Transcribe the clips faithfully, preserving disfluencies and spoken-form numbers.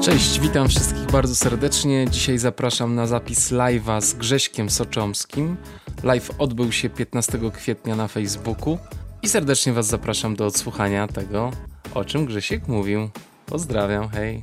Cześć, witam wszystkich bardzo serdecznie. Dzisiaj zapraszam na zapis live'a z Grześkiem Soczomskim. Live odbył się piętnastego kwietnia na Facebooku i serdecznie Was zapraszam do odsłuchania tego, o czym Grzesiek mówił. Pozdrawiam, hej.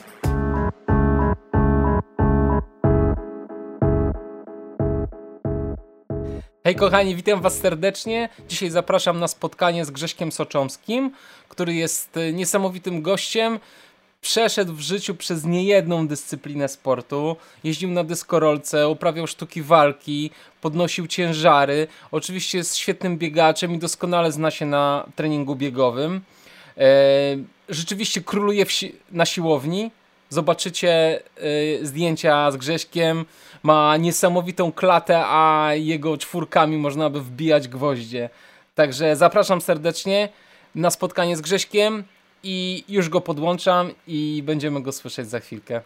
Hej kochani, witam Was serdecznie. Dzisiaj zapraszam na spotkanie z Grześkiem Soczomskim, który jest niesamowitym gościem. Przeszedł w życiu przez niejedną dyscyplinę sportu, jeździł na dyskorolce, uprawiał sztuki walki, podnosił ciężary, oczywiście jest świetnym biegaczem i doskonale zna się na treningu biegowym. Eee, rzeczywiście króluje si- na siłowni, zobaczycie e, zdjęcia z Grześkiem, ma niesamowitą klatę, a jego czwórkami można by wbijać gwoździe. Także zapraszam serdecznie na spotkanie z Grześkiem. I już go podłączam i będziemy go słyszeć za chwilkę.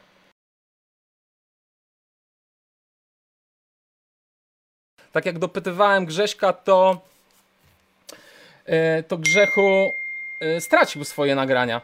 Tak jak dopytywałem Grześka, to, to Grzechu stracił swoje nagrania.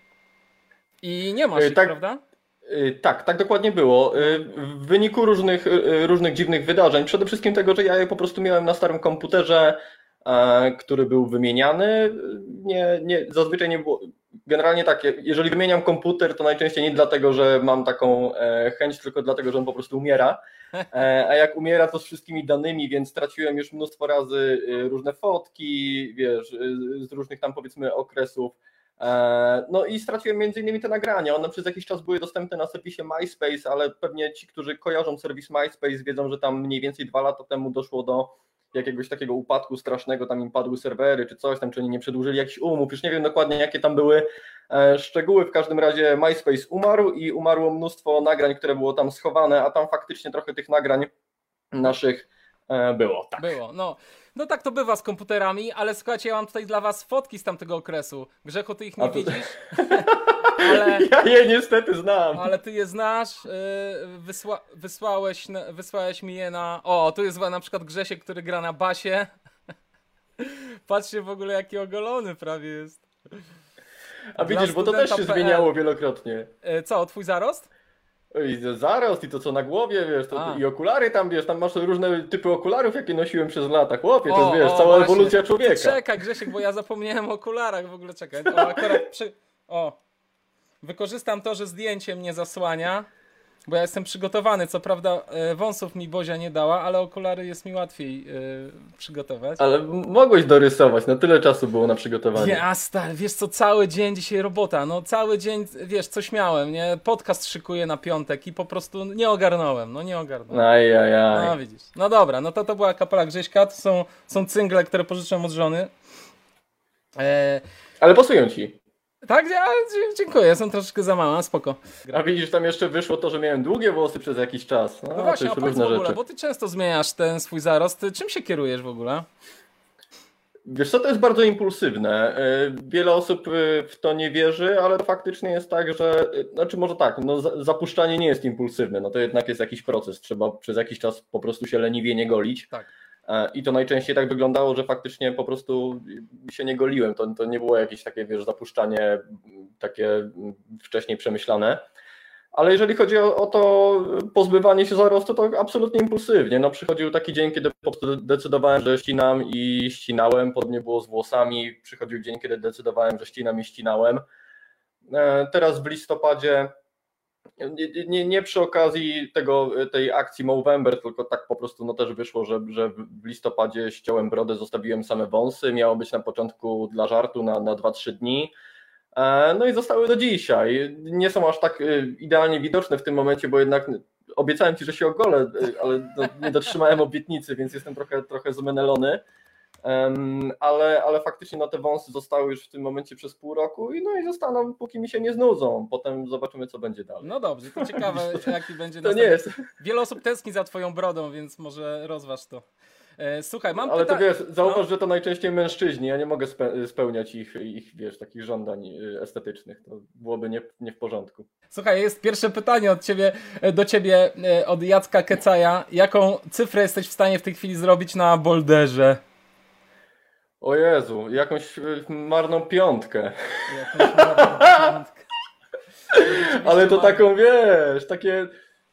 I nie masz ich, tak, prawda? Tak, tak dokładnie było. W wyniku różnych, różnych dziwnych wydarzeń, przede wszystkim tego, że ja je po prostu miałem na starym komputerze, który był wymieniany. Nie, nie, zazwyczaj nie było. Generalnie tak, jeżeli wymieniam komputer, to najczęściej nie dlatego, że mam taką chęć, tylko dlatego, że on po prostu umiera. A jak umiera, to z wszystkimi danymi, więc straciłem już mnóstwo razy różne fotki, wiesz, z różnych tam powiedzmy okresów. No i straciłem między innymi te nagrania. One przez jakiś czas były dostępne na serwisie MySpace, ale pewnie ci, którzy kojarzą serwis MySpace, wiedzą, że tam mniej więcej dwa lata temu doszło do jakiegoś takiego upadku strasznego, tam im padły serwery czy coś tam, czy oni nie przedłużyli jakichś umów, już nie wiem dokładnie jakie tam były szczegóły, w każdym razie MySpace umarł i umarło mnóstwo nagrań, które było tam schowane, a tam faktycznie trochę tych nagrań naszych było. Tak. Było, no. No tak to bywa z komputerami, ale słuchajcie, ja mam tutaj dla Was fotki z tamtego okresu. Grzechu, ty ich nie to... widzisz? Ale... Ja je niestety znam. Ale ty je znasz, wysła... wysłałeś, wysłałeś mi je na... O, tu jest na przykład Grzesiek, który gra na basie. Patrzcie w ogóle, jaki ogolony prawie jest. A widzisz, bo to też się zmieniało wielokrotnie. Co, twój zarost? I zarost i to co na głowie, wiesz, to, i okulary tam, wiesz, tam masz różne typy okularów, jakie nosiłem przez lata, chłopie, to o, jest, wiesz, o, cała właśnie. ewolucja człowieka. Czekaj, Grzesiek, bo ja zapomniałem o okularach, w ogóle czekaj, o, akurat przy... o, wykorzystam to, że zdjęcie mnie zasłania, bo ja jestem przygotowany, co prawda wąsów mi Bozia nie dała, ale okulary jest mi łatwiej yy, przygotować. Ale mogłeś dorysować, no tyle czasu było na przygotowanie. Ja stary, wiesz co, cały dzień dzisiaj robota, no cały dzień, wiesz, coś miałem, nie, podcast szykuję na piątek i po prostu nie ogarnąłem, no nie ogarnąłem. Ajajaj. No widzisz, no dobra, no to to była kapela Grześka, to są, są cyngle, które pożyczyłem od żony. E... Ale pasują ci. Tak, ja, dziękuję, są troszeczkę za małe, spoko. A widzisz, tam jeszcze wyszło to, że miałem długie włosy przez jakiś czas. No, no właśnie, to a już powiedz różne w ogóle, rzeczy. bo ty często zmieniasz ten swój zarost, czym się kierujesz w ogóle? Wiesz co, to jest bardzo impulsywne. Wiele osób w to nie wierzy, ale faktycznie jest tak, że, znaczy może tak, no zapuszczanie nie jest impulsywne, no to jednak jest jakiś proces, trzeba przez jakiś czas po prostu się leniwie nie golić. Tak. I to najczęściej tak wyglądało, że faktycznie po prostu się nie goliłem. To, to nie było jakieś takie, wiesz, zapuszczanie takie wcześniej przemyślane. Ale jeżeli chodzi o, o to pozbywanie się zarostu, to absolutnie impulsywnie. No, przychodził taki dzień, kiedy po prostu decydowałem, że ścinam i ścinałem. Podobnie było z włosami. Przychodził dzień, kiedy decydowałem, że ścinam i ścinałem. Teraz w listopadzie, Nie, nie, nie przy okazji tego, tej akcji Movember, tylko tak po prostu no też wyszło, że, że w listopadzie ściąłem brodę, zostawiłem same wąsy, miało być na początku dla żartu na, na dwa trzy dni, no i zostały do dzisiaj. Nie są aż tak idealnie widoczne w tym momencie, bo jednak obiecałem Ci, że się ogolę, ale no, nie dotrzymałem obietnicy, więc jestem trochę, trochę zmenelony. Um, ale, ale faktycznie no, te wąsy zostały już w tym momencie przez pół roku i no i zostaną, póki mi się nie znudzą. Potem zobaczymy, co będzie dalej. No dobrze, to ciekawe, jaki będzie to nie jest. Wiele osób tęskni za twoją brodą, więc może rozważ to. E, słuchaj, mam Ale pyta... to wiesz, zauważ, no. że to najczęściej mężczyźni, ja nie mogę spe- spełniać ich, ich, wiesz, takich żądań estetycznych. To byłoby nie, nie w porządku. Słuchaj, jest pierwsze pytanie od ciebie, do ciebie, od Jacka Kecaja. Jaką cyfrę jesteś w stanie w tej chwili zrobić na Boulderze? O Jezu, jakąś marną piątkę. Jakąś marną piątkę. Ale to ma... taką, wiesz, takie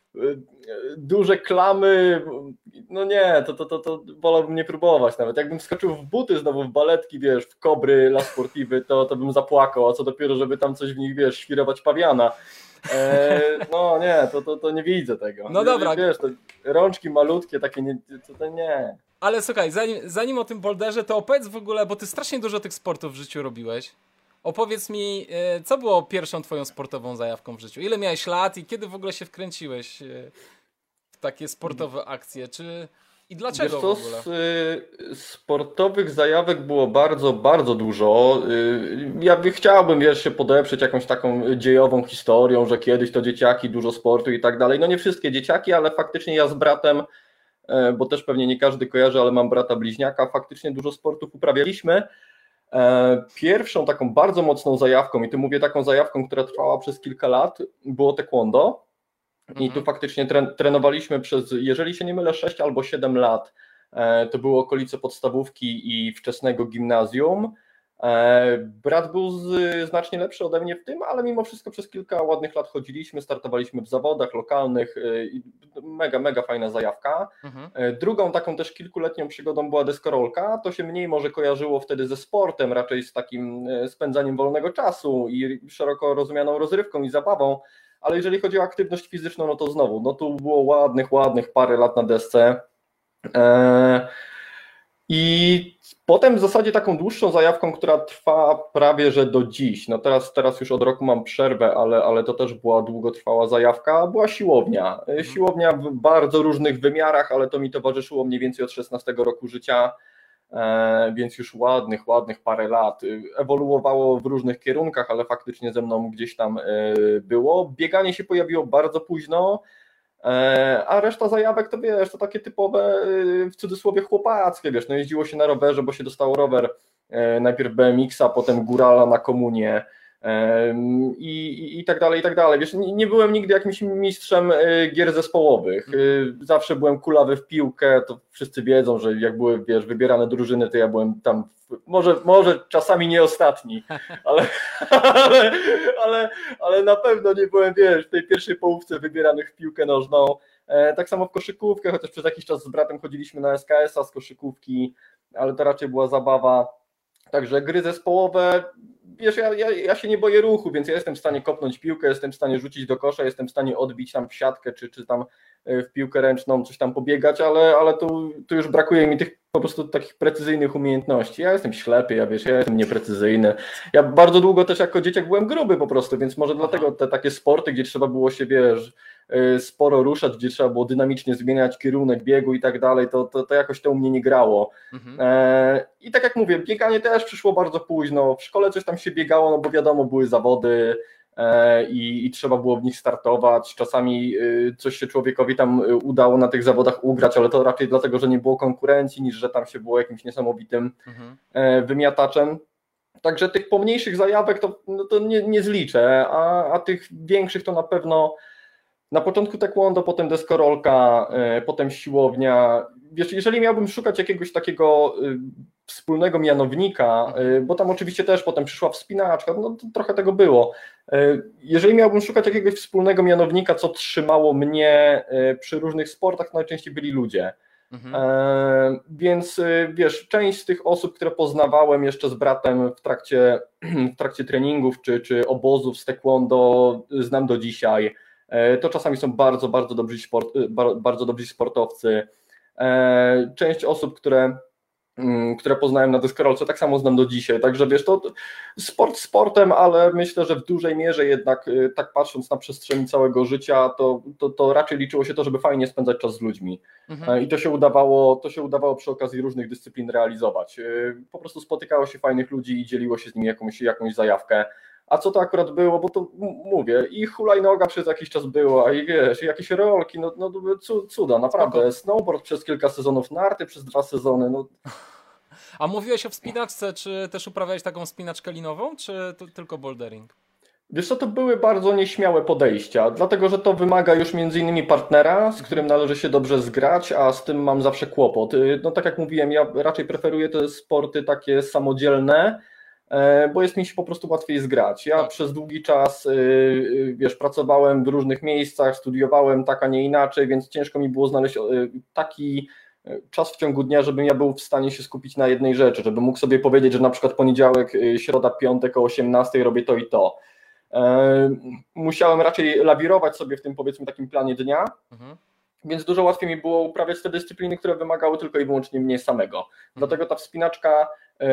duże klamy, no nie, to, to, to, to wolałbym nie próbować nawet. Jakbym skoczył w buty znowu, w baletki, wiesz, w kobry, la sportiwy, to, to bym zapłakał, a co dopiero, żeby tam coś w nich, wiesz, świrować pawiana. E, no nie, to, to, to nie widzę tego. No dobra. Wiesz, to rączki malutkie, takie, nie, to, to nie. Ale słuchaj, zanim, zanim o tym boulderze, to opowiedz w ogóle, bo ty strasznie dużo tych sportów w życiu robiłeś. Opowiedz mi, co było pierwszą twoją sportową zajawką w życiu? Ile miałeś lat i kiedy w ogóle się wkręciłeś w takie sportowe akcje? Czy... I dlaczego Wiesz co, w ogóle? Z y, sportowych zajawek było bardzo, bardzo dużo. Y, ja by chciałbym, wiesz, się podeprzeć jakąś taką dziejową historią, że kiedyś to dzieciaki, dużo sportu i tak dalej. No nie wszystkie dzieciaki, ale faktycznie ja z bratem, y, bo też pewnie nie każdy kojarzy, ale mam brata bliźniaka, faktycznie dużo sportów uprawialiśmy. Pierwszą taką bardzo mocną zajawką, i tu mówię taką zajawką, która trwała przez kilka lat, było taekwondo. I tu faktycznie trenowaliśmy przez, jeżeli się nie mylę, sześć albo siedem lat. To były okolice podstawówki i wczesnego gimnazjum. Brat był znacznie lepszy ode mnie w tym, ale mimo wszystko przez kilka ładnych lat chodziliśmy, startowaliśmy w zawodach lokalnych. Mega, mega fajna zajawka. Mhm. Drugą taką też kilkuletnią przygodą była deskorolka. To się mniej może kojarzyło wtedy ze sportem, raczej z takim spędzaniem wolnego czasu i szeroko rozumianą rozrywką i zabawą. Ale jeżeli chodzi o aktywność fizyczną, no to znowu, no tu było ładnych, ładnych parę lat na desce. Eee, I potem w zasadzie taką dłuższą zajawką, która trwa prawie że do dziś, no teraz, teraz już od roku mam przerwę, ale, ale to też była długotrwała zajawka, była siłownia. Siłownia w bardzo różnych wymiarach, ale to mi towarzyszyło mniej więcej od szesnastego roku życia. Więc już ładnych, ładnych parę lat. Ewoluowało w różnych kierunkach, ale faktycznie ze mną gdzieś tam było. Bieganie się pojawiło bardzo późno, a reszta zajawek to wiesz, to takie typowe w cudzysłowie chłopackie, wiesz, no jeździło się na rowerze, bo się dostało rower, najpierw B M X a, potem górala na komunię. I, i, i tak dalej, i tak dalej. Wiesz, nie, nie byłem nigdy jakimś mistrzem gier zespołowych. Zawsze byłem kulawy w piłkę, to wszyscy wiedzą, że jak były, wiesz, wybierane drużyny, to ja byłem tam, może, może czasami nie ostatni, ale, ale, ale, ale na pewno nie byłem, wiesz, w tej pierwszej połówce wybieranych w piłkę nożną. Tak samo w koszykówkę, chociaż przez jakiś czas z bratem chodziliśmy na S K S a z koszykówki, ale to raczej była zabawa. Także gry zespołowe, wiesz, ja, ja, ja się nie boję ruchu, więc ja jestem w stanie kopnąć piłkę, jestem w stanie rzucić do kosza, jestem w stanie odbić tam w siatkę, czy, czy tam w piłkę ręczną, coś tam pobiegać, ale, ale tu, tu już brakuje mi tych po prostu takich precyzyjnych umiejętności. Ja jestem ślepy, ja wiesz, ja jestem nieprecyzyjny. Ja bardzo długo też jako dzieciak byłem gruby po prostu, więc może dlatego te takie sporty, gdzie trzeba było się, wiesz, sporo ruszać, gdzie trzeba było dynamicznie zmieniać kierunek biegu i tak dalej, to, to, to jakoś to u mnie nie grało. Mhm. E, I tak jak mówię, bieganie też przyszło bardzo późno, w szkole coś tam się biegało, no bo wiadomo, były zawody e, i, i trzeba było w nich startować, czasami y, coś się człowiekowi tam udało na tych zawodach ugrać, ale to raczej dlatego, że nie było konkurencji, niż że tam się było jakimś niesamowitym mhm. e, wymiataczem. Także tych pomniejszych zajawek to, no to nie, nie zliczę, a, a tych większych to na pewno. Na początku taekwondo, potem deskorolka, potem siłownia. Wiesz, jeżeli miałbym szukać jakiegoś takiego wspólnego mianownika, bo tam oczywiście też potem przyszła wspinaczka, no to trochę tego było. Jeżeli miałbym szukać jakiegoś wspólnego mianownika, co trzymało mnie przy różnych sportach, to najczęściej byli ludzie. Mhm. Więc wiesz, część z tych osób, które poznawałem jeszcze z bratem w trakcie, w trakcie treningów czy, czy obozów z taekwondo, znam do dzisiaj. To czasami są bardzo, bardzo dobrzy, sport, bardzo dobrzy sportowcy. Część osób, które, które poznałem na deskorolce, tak samo znam do dzisiaj. Także wiesz, to sport sportem, ale myślę, że w dużej mierze jednak, tak patrząc na przestrzeni całego życia, to, to, to raczej liczyło się to, żeby fajnie spędzać czas z ludźmi. Mhm. I to się udawało, to się udawało przy okazji różnych dyscyplin realizować. Po prostu spotykało się fajnych ludzi i dzieliło się z nimi jakąś, jakąś zajawkę. A co to akurat było, bo to mówię, i hulajnoga przez jakiś czas było, a i wiesz, i jakieś rolki, no, no cuda, naprawdę, Spoko. Snowboard przez kilka sezonów, narty przez dwa sezony. No. A mówiłeś o wspinaczce, czy też uprawiałeś taką wspinaczkę linową, czy to tylko bouldering? Wiesz co, to były bardzo nieśmiałe podejścia, dlatego że to wymaga już między innymi partnera, z którym należy się dobrze zgrać, a z tym mam zawsze kłopot. No tak jak mówiłem, ja raczej preferuję te sporty takie samodzielne, bo jest mi się po prostu łatwiej zgrać. Ja tak. przez długi czas, wiesz, pracowałem w różnych miejscach, studiowałem tak, a nie inaczej, więc ciężko mi było znaleźć taki czas w ciągu dnia, żebym ja był w stanie się skupić na jednej rzeczy, żebym mógł sobie powiedzieć, że na przykład poniedziałek, środa, piątek o osiemnastej robię to i to. Musiałem raczej lawirować sobie w tym, powiedzmy, takim planie dnia, mhm. więc dużo łatwiej mi było uprawiać te dyscypliny, które wymagały tylko i wyłącznie mnie samego. Mhm. Dlatego ta wspinaczka,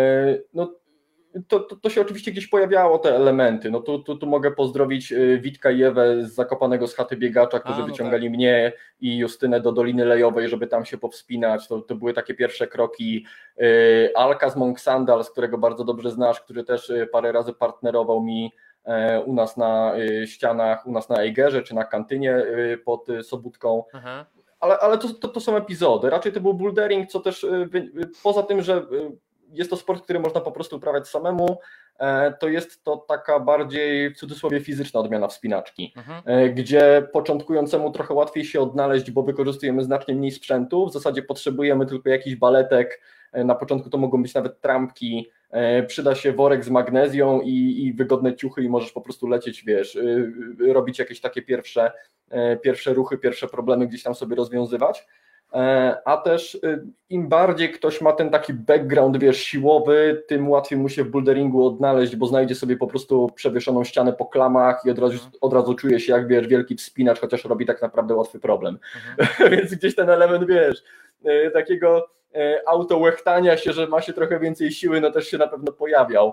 no to, to, to się oczywiście gdzieś pojawiało, te elementy. No tu, tu, tu mogę pozdrowić Witka i Ewę z Zakopanego z chaty biegacza, którzy A, no wyciągali tak. mnie i Justynę do Doliny Lejowej, żeby tam się powspinać. To, to były takie pierwsze kroki. Alka z Monk Sandal, z którego bardzo dobrze znasz, który też parę razy partnerował mi u nas na ścianach, u nas na Eigerze czy na kantynie pod Sobótką. Aha. Ale, ale to, to, to są epizody. Raczej to był bouldering, co też poza tym, że jest to sport, który można po prostu uprawiać samemu, to jest to taka bardziej w cudzysłowie fizyczna odmiana wspinaczki, mhm. gdzie początkującemu trochę łatwiej się odnaleźć, bo wykorzystujemy znacznie mniej sprzętu, w zasadzie potrzebujemy tylko jakiś baletek, na początku to mogą być nawet trampki, przyda się worek z magnezją i, i wygodne ciuchy i możesz po prostu lecieć, wiesz, robić jakieś takie pierwsze, pierwsze ruchy, pierwsze problemy gdzieś tam sobie rozwiązywać. A też im bardziej ktoś ma ten taki background, wiesz, siłowy, tym łatwiej mu się w boulderingu odnaleźć, bo znajdzie sobie po prostu przewieszoną ścianę po klamach i od razu, od razu czuje się jak, wiesz, wielki wspinacz, chociaż robi tak naprawdę łatwy problem. Mhm. Więc gdzieś ten element, wiesz, takiego autołechtania się, że ma się trochę więcej siły, no też się na pewno pojawiał.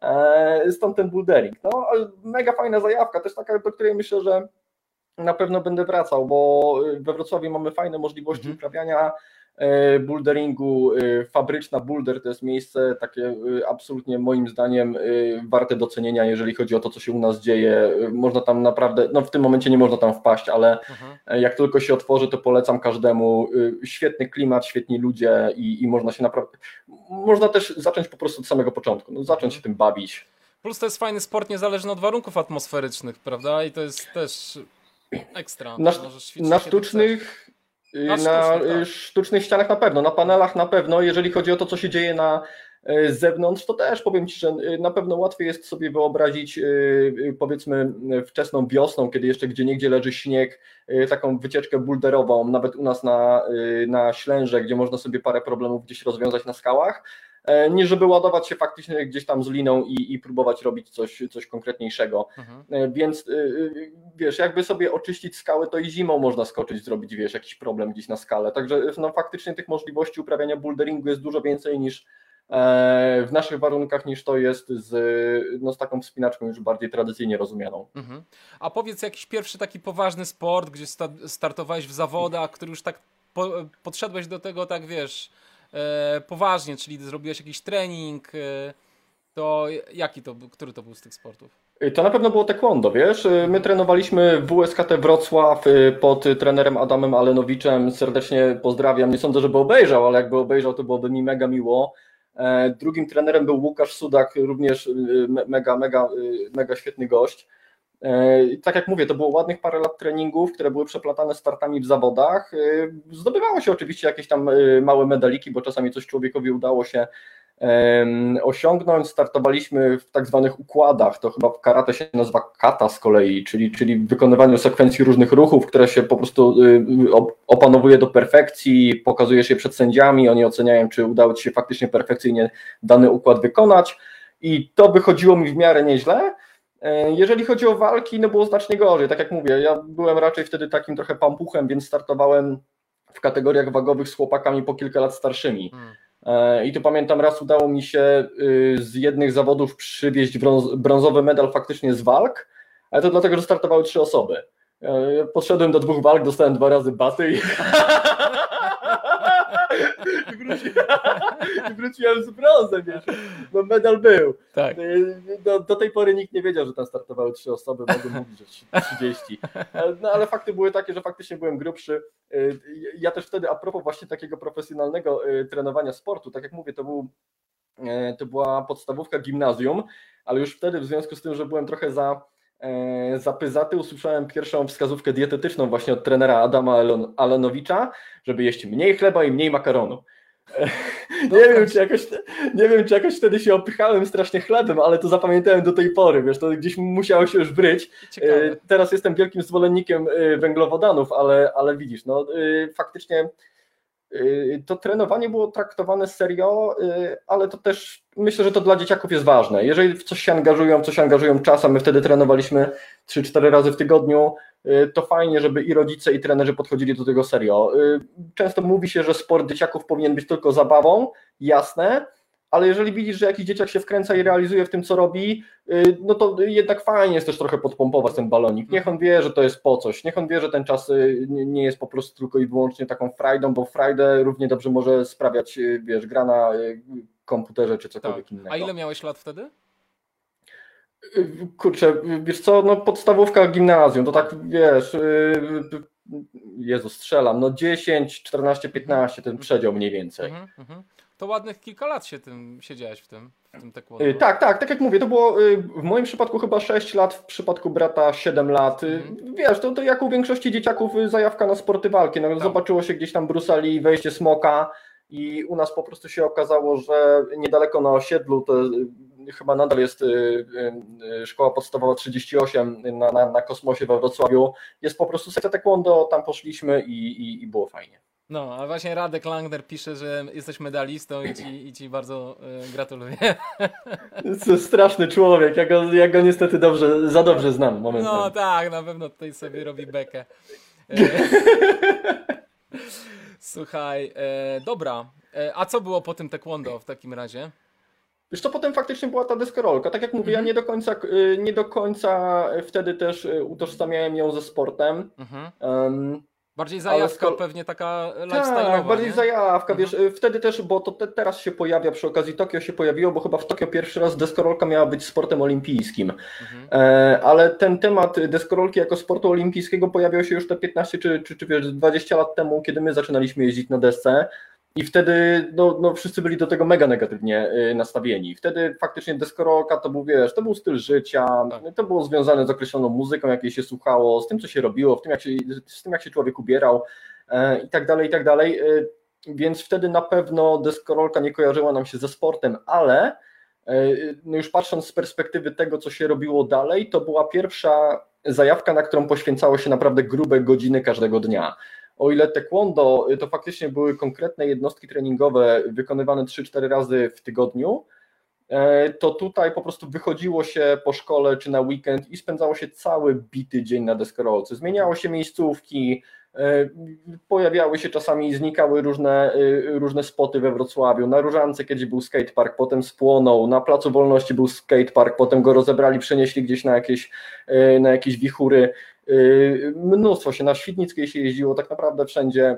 Stąd ten bouldering. No, mega fajna zajawka, też taka, do której myślę, że na pewno będę wracał, bo we Wrocławiu mamy fajne możliwości mhm. uprawiania boulderingu. Fabryczna Boulder to jest miejsce takie absolutnie moim zdaniem warte docenienia, jeżeli chodzi o to, co się u nas dzieje. Można tam naprawdę, no w tym momencie nie można tam wpaść, ale mhm. jak tylko się otworzy, to polecam każdemu. Świetny klimat, świetni ludzie i, i można się naprawdę, można też zacząć po prostu od samego początku, no, zacząć mhm. się tym bawić. Plus to jest fajny sport niezależny od warunków atmosferycznych, prawda? I to jest też ekstra. Na, na sztucznych na, na tak. sztucznych ścianach na pewno, na panelach na pewno, jeżeli chodzi o to, co się dzieje na z zewnątrz, to też powiem Ci, że na pewno łatwiej jest sobie wyobrazić, powiedzmy wczesną wiosną, kiedy jeszcze gdzieniegdzie leży śnieg, taką wycieczkę boulderową, nawet u nas na, na Ślęże, gdzie można sobie parę problemów gdzieś rozwiązać na skałach, niż żeby ładować się faktycznie gdzieś tam z liną i, i próbować robić coś, coś konkretniejszego. Mhm. Więc wiesz, jakby sobie oczyścić skały, to i zimą można skoczyć, zrobić, wiesz, jakiś problem gdzieś na skalę. Także no, faktycznie tych możliwości uprawiania boulderingu jest dużo więcej niż w naszych warunkach, niż to jest z, no, z taką wspinaczką już bardziej tradycyjnie rozumianą. Mhm. A powiedz, jakiś pierwszy taki poważny sport, gdzie sta- startowałeś w zawodach, który już tak po- podszedłeś do tego, tak wiesz, e, poważnie, czyli zrobiłeś jakiś trening, e, to jaki to był, który to był z tych sportów? To na pewno było taekwondo, wiesz, my trenowaliśmy w W S K T Wrocław pod trenerem Adamem Alenowiczem, serdecznie pozdrawiam, nie sądzę, żeby obejrzał, ale jakby obejrzał, to byłoby mi mega miło. Drugim trenerem był Łukasz Sudak, również mega, mega, mega świetny gość. Tak jak mówię, to było ładnych parę lat treningów, które były przeplatane startami w zawodach. Zdobywało się oczywiście jakieś tam małe medaliki, bo czasami coś człowiekowi udało się osiągnąć. Startowaliśmy w tak zwanych układach, to chyba w karate się nazywa kata z kolei, czyli, czyli w wykonywaniu sekwencji różnych ruchów, które się po prostu opanowuje do perfekcji, pokazujesz je przed sędziami, oni oceniają, czy udało Ci się faktycznie perfekcyjnie dany układ wykonać i to wychodziło mi w miarę nieźle. Jeżeli chodzi o walki, no było znacznie gorzej, tak jak mówię, ja byłem raczej wtedy takim trochę pampuchem, więc startowałem w kategoriach wagowych z chłopakami po kilka lat starszymi. Hmm. I tu pamiętam, raz udało mi się z jednych zawodów przywieźć brązowy medal faktycznie z walk, ale to dlatego, że startowały trzy osoby. Podszedłem do dwóch walk, dostałem dwa razy baty i wróciłem, wróciłem z brązem, wiesz, no medal był. Tak. Do, do tej pory nikt nie wiedział, że tam startowały trzy osoby, mogę mówić, że trzydzieści. No ale fakty były takie, że faktycznie byłem grubszy. Ja też wtedy, a propos właśnie takiego profesjonalnego trenowania sportu, tak jak mówię, to, był, to była podstawówka gimnazjum, ale już wtedy w związku z tym, że byłem trochę za zapyzaty, usłyszałem pierwszą wskazówkę dietetyczną właśnie od trenera Adama Alenowicza, żeby jeść mniej chleba i mniej makaronu. Nie wiem, czy jakoś, nie wiem, czy jakoś wtedy się opychałem strasznie chlebem, ale to zapamiętałem do tej pory, wiesz, to gdzieś musiało się już wryć. Ciekawe. Teraz jestem wielkim zwolennikiem węglowodanów, ale, ale widzisz, no faktycznie to trenowanie było traktowane serio, ale to też myślę, że to dla dzieciaków jest ważne. Jeżeli w coś się angażują, w coś angażują czas, a my wtedy trenowaliśmy trzy cztery razy w tygodniu, to fajnie, żeby i rodzice, i trenerzy podchodzili do tego serio. Często mówi się, że sport dzieciaków powinien być tylko zabawą, jasne, ale jeżeli widzisz, że jakiś dzieciak się wkręca i realizuje w tym, co robi, no to jednak fajnie jest też trochę podpompować ten balonik. Niech on wie, że to jest po coś, niech on wie, że ten czas nie jest po prostu tylko i wyłącznie taką frajdą, bo frajdę równie dobrze może sprawiać, wiesz, gra na komputerze czy cokolwiek tak. innego. A ile miałeś lat wtedy? Kurczę, wiesz co, no podstawówka, gimnazjum, to tak, wiesz, Jezu, strzelam, no dziesięć, czternaście, piętnaście, ten przedział mniej więcej. Mhm, mhm. To ładnych kilka lat się tym siedziałeś w tym, w tym taekwondo. Tak, tak, tak jak mówię, to było w moim przypadku chyba sześć lat, w przypadku brata siedem lat. Mhm. Wiesz, to, to jak u większości dzieciaków zajawka na sporty walki. No, tak. Zobaczyło się gdzieś tam Bruce Lee, wejście smoka i u nas po prostu się okazało, że niedaleko na osiedlu to chyba nadal jest szkoła podstawowa trzydzieści osiem na, na, na Kosmosie we Wrocławiu. Jest po prostu sekcja taekwondo, tam poszliśmy i, i, i było fajnie. No, a właśnie Radek Langner pisze, że jesteś medalistą i ci, i ci bardzo y, gratuluję. To straszny człowiek, ja go, ja go niestety dobrze, za dobrze znam momentami. No tak, na pewno tutaj sobie robi bekę. Słuchaj, e, dobra, e, a co było po tym taekwondo w takim razie? Wiesz co, potem faktycznie była ta deskorolka. Tak jak mówię, mhm. ja nie do końca, nie do końca wtedy też utożsamiałem ją ze sportem. Mhm. Um, Bardziej zajawka, skoro... pewnie taka lifestyle'owa. Tak, bardziej nie? zajawka, mhm. wiesz, wtedy też, bo to te, teraz się pojawia, przy okazji Tokio się pojawiło, bo chyba w Tokio pierwszy raz deskorolka miała być sportem olimpijskim. Mhm. E, ale ten temat deskorolki jako sportu olimpijskiego pojawiał się już te piętnaście czy, czy, czy wiesz, dwadzieścia lat temu, kiedy my zaczynaliśmy jeździć na desce. I wtedy no, no, wszyscy byli do tego mega negatywnie nastawieni. Wtedy faktycznie deskorolka to był, wiesz, to był styl życia, tak. To było związane z określoną muzyką, jakiej się słuchało, z tym, co się robiło, w tym, jak się, z tym, jak się człowiek ubierał e, i tak dalej, i tak dalej. E, więc wtedy na pewno deskorolka nie kojarzyła nam się ze sportem, ale e, no już patrząc z perspektywy tego, co się robiło dalej, to była pierwsza zajawka, na którą poświęcało się naprawdę grube godziny każdego dnia. O ile taekwondo to faktycznie były konkretne jednostki treningowe wykonywane trzy cztery razy w tygodniu, to tutaj po prostu wychodziło się po szkole czy na weekend i spędzało się cały bity dzień na deskorolce. Zmieniało się miejscówki, pojawiały się czasami, znikały różne, różne spoty we Wrocławiu. Na Różance kiedyś był skatepark, potem spłonął, na Placu Wolności był skatepark, potem go rozebrali, przenieśli gdzieś na jakieś, na jakieś wichury. Mnóstwo się, na Świdnickiej się jeździło tak naprawdę wszędzie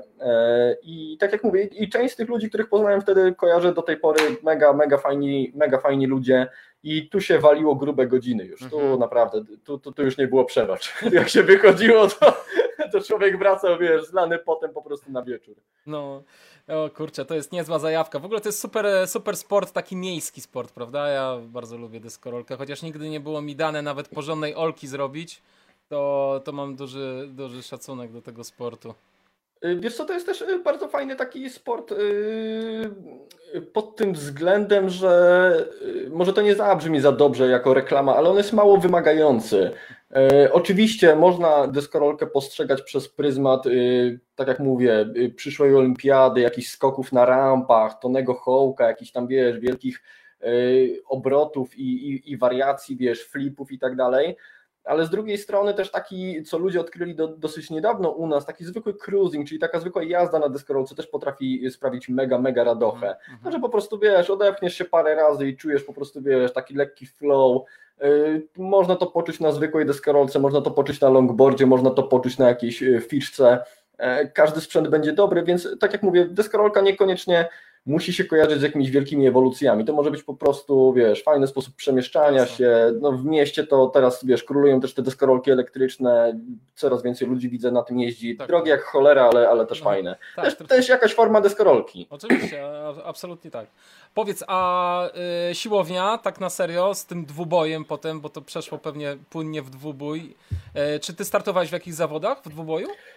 i tak jak mówię, i część z tych ludzi, których poznałem wtedy, kojarzę do tej pory, mega, mega fajni, mega fajni ludzie i tu się waliło grube godziny już, tu mhm. naprawdę, tu, tu, tu już nie było przebacz. Jak się wychodziło, to, to człowiek wracał, wiesz, zlany potem po prostu na wieczór. No, o kurczę, to jest niezła zajawka. W ogóle to jest super, super sport, taki miejski sport, prawda? Ja bardzo lubię deskorolkę, chociaż nigdy nie było mi dane nawet porządnej olki zrobić. To, to mam duży, duży szacunek do tego sportu. Wiesz co, to jest też bardzo fajny taki sport pod tym względem, że może to nie zabrzmi za dobrze jako reklama, ale on jest mało wymagający. Oczywiście można deskorolkę postrzegać przez pryzmat, tak jak mówię, przyszłej olimpiady, jakichś skoków na rampach, Tonego Hołka, jakichś tam, wiesz, wielkich obrotów i, i, i wariacji, wiesz, flipów i tak dalej. Ale z drugiej strony też taki, co ludzie odkryli do, dosyć niedawno u nas, taki zwykły cruising, czyli taka zwykła jazda na deskorolce też potrafi sprawić mega, mega radochę. Mm-hmm. No, że po prostu, wiesz, odepchniesz się parę razy i czujesz po prostu, wiesz, taki lekki flow. Yy, można to poczuć na zwykłej deskorolce, można to poczuć na longboardzie, można to poczuć na jakiejś fiszce. Yy, każdy sprzęt będzie dobry, więc tak jak mówię, deskorolka niekoniecznie musi się kojarzyć z jakimiś wielkimi ewolucjami. To może być po prostu, wiesz, fajny sposób przemieszczania się. No w mieście to teraz, wiesz, królują też te deskorolki elektryczne, coraz więcej ludzi widzę na tym jeździ. Tak, drogie jak cholera, ale, ale też no, fajne. Tak, też, to... też jakaś forma deskorolki. Oczywiście, absolutnie tak. Powiedz, a y, siłownia, tak na serio, z tym dwubojem potem, bo to przeszło pewnie płynnie w dwubój. Y, czy ty startowałeś w jakichś zawodach w dwuboju?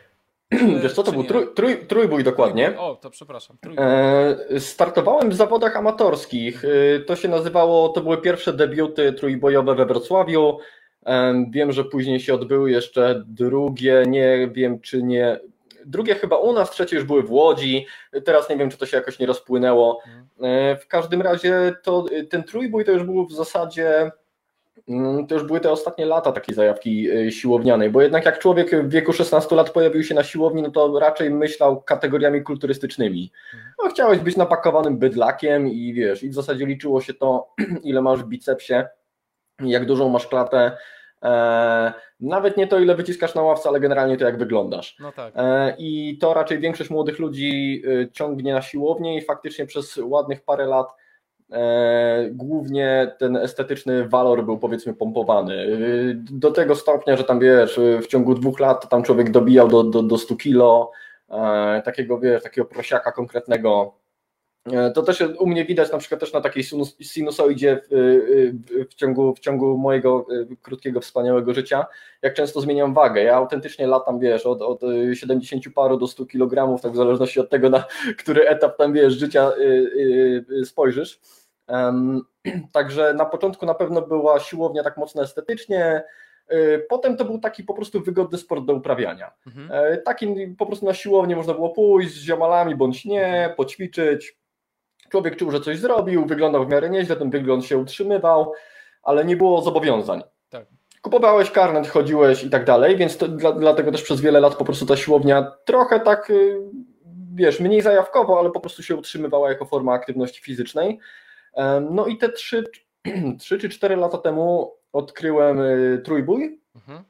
Wiesz co, to był trój, trój, trójbój dokładnie. Trójbój. O, to przepraszam. Trójbój. E, startowałem w zawodach amatorskich. E, to się nazywało, to były pierwsze debiuty trójbojowe we Wrocławiu. E, wiem, że później się odbyły jeszcze drugie, nie wiem czy nie, drugie chyba u nas, trzecie już były w Łodzi. Teraz nie wiem, czy to się jakoś nie rozpłynęło. E, w każdym razie to, ten trójbój to już był w zasadzie... To już były te ostatnie lata takiej zajawki siłownianej, bo jednak jak człowiek w wieku szesnastu lat pojawił się na siłowni, no to raczej myślał kategoriami kulturystycznymi. No, chciałeś być napakowanym bydlakiem i wiesz, i w zasadzie liczyło się to, ile masz w bicepsie, jak dużą masz klatę, e, nawet nie to, ile wyciskasz na ławce, ale generalnie to, jak wyglądasz. No tak. E, I to raczej większość młodych ludzi ciągnie na siłownię i faktycznie przez ładnych parę lat E, głównie ten estetyczny walor był, powiedzmy, pompowany e, do tego stopnia, że tam wiesz, w ciągu dwóch lat to tam człowiek dobijał do, do, do stu kilo, e, takiego wiesz, takiego prosiaka konkretnego. E, to też u mnie widać na przykład też na takiej sinus, sinusoidzie w, w, ciągu, w ciągu mojego krótkiego, wspaniałego życia, jak często zmieniam wagę. Ja autentycznie latam, wiesz, od, od siedemdziesięciu paru do stu kilogramów, tak w zależności od tego, na który etap tam, wiesz, życia y, y, spojrzysz. Um, także na początku na pewno była siłownia tak mocno estetycznie, y, potem to był taki po prostu wygodny sport do uprawiania. Mhm. Y, taki po prostu na siłownię można było pójść z ziomalami bądź nie, poćwiczyć. Człowiek czuł, że coś zrobił, wyglądał w miarę nieźle, ten wygląd się utrzymywał, ale nie było zobowiązań. Tak. Kupowałeś karnet, chodziłeś i tak dalej, więc to, dla, dlatego też przez wiele lat po prostu ta siłownia trochę tak, wiesz, mniej zajawkowo, ale po prostu się utrzymywała jako forma aktywności fizycznej. No i te trzy czy cztery lata temu odkryłem trójbój mhm.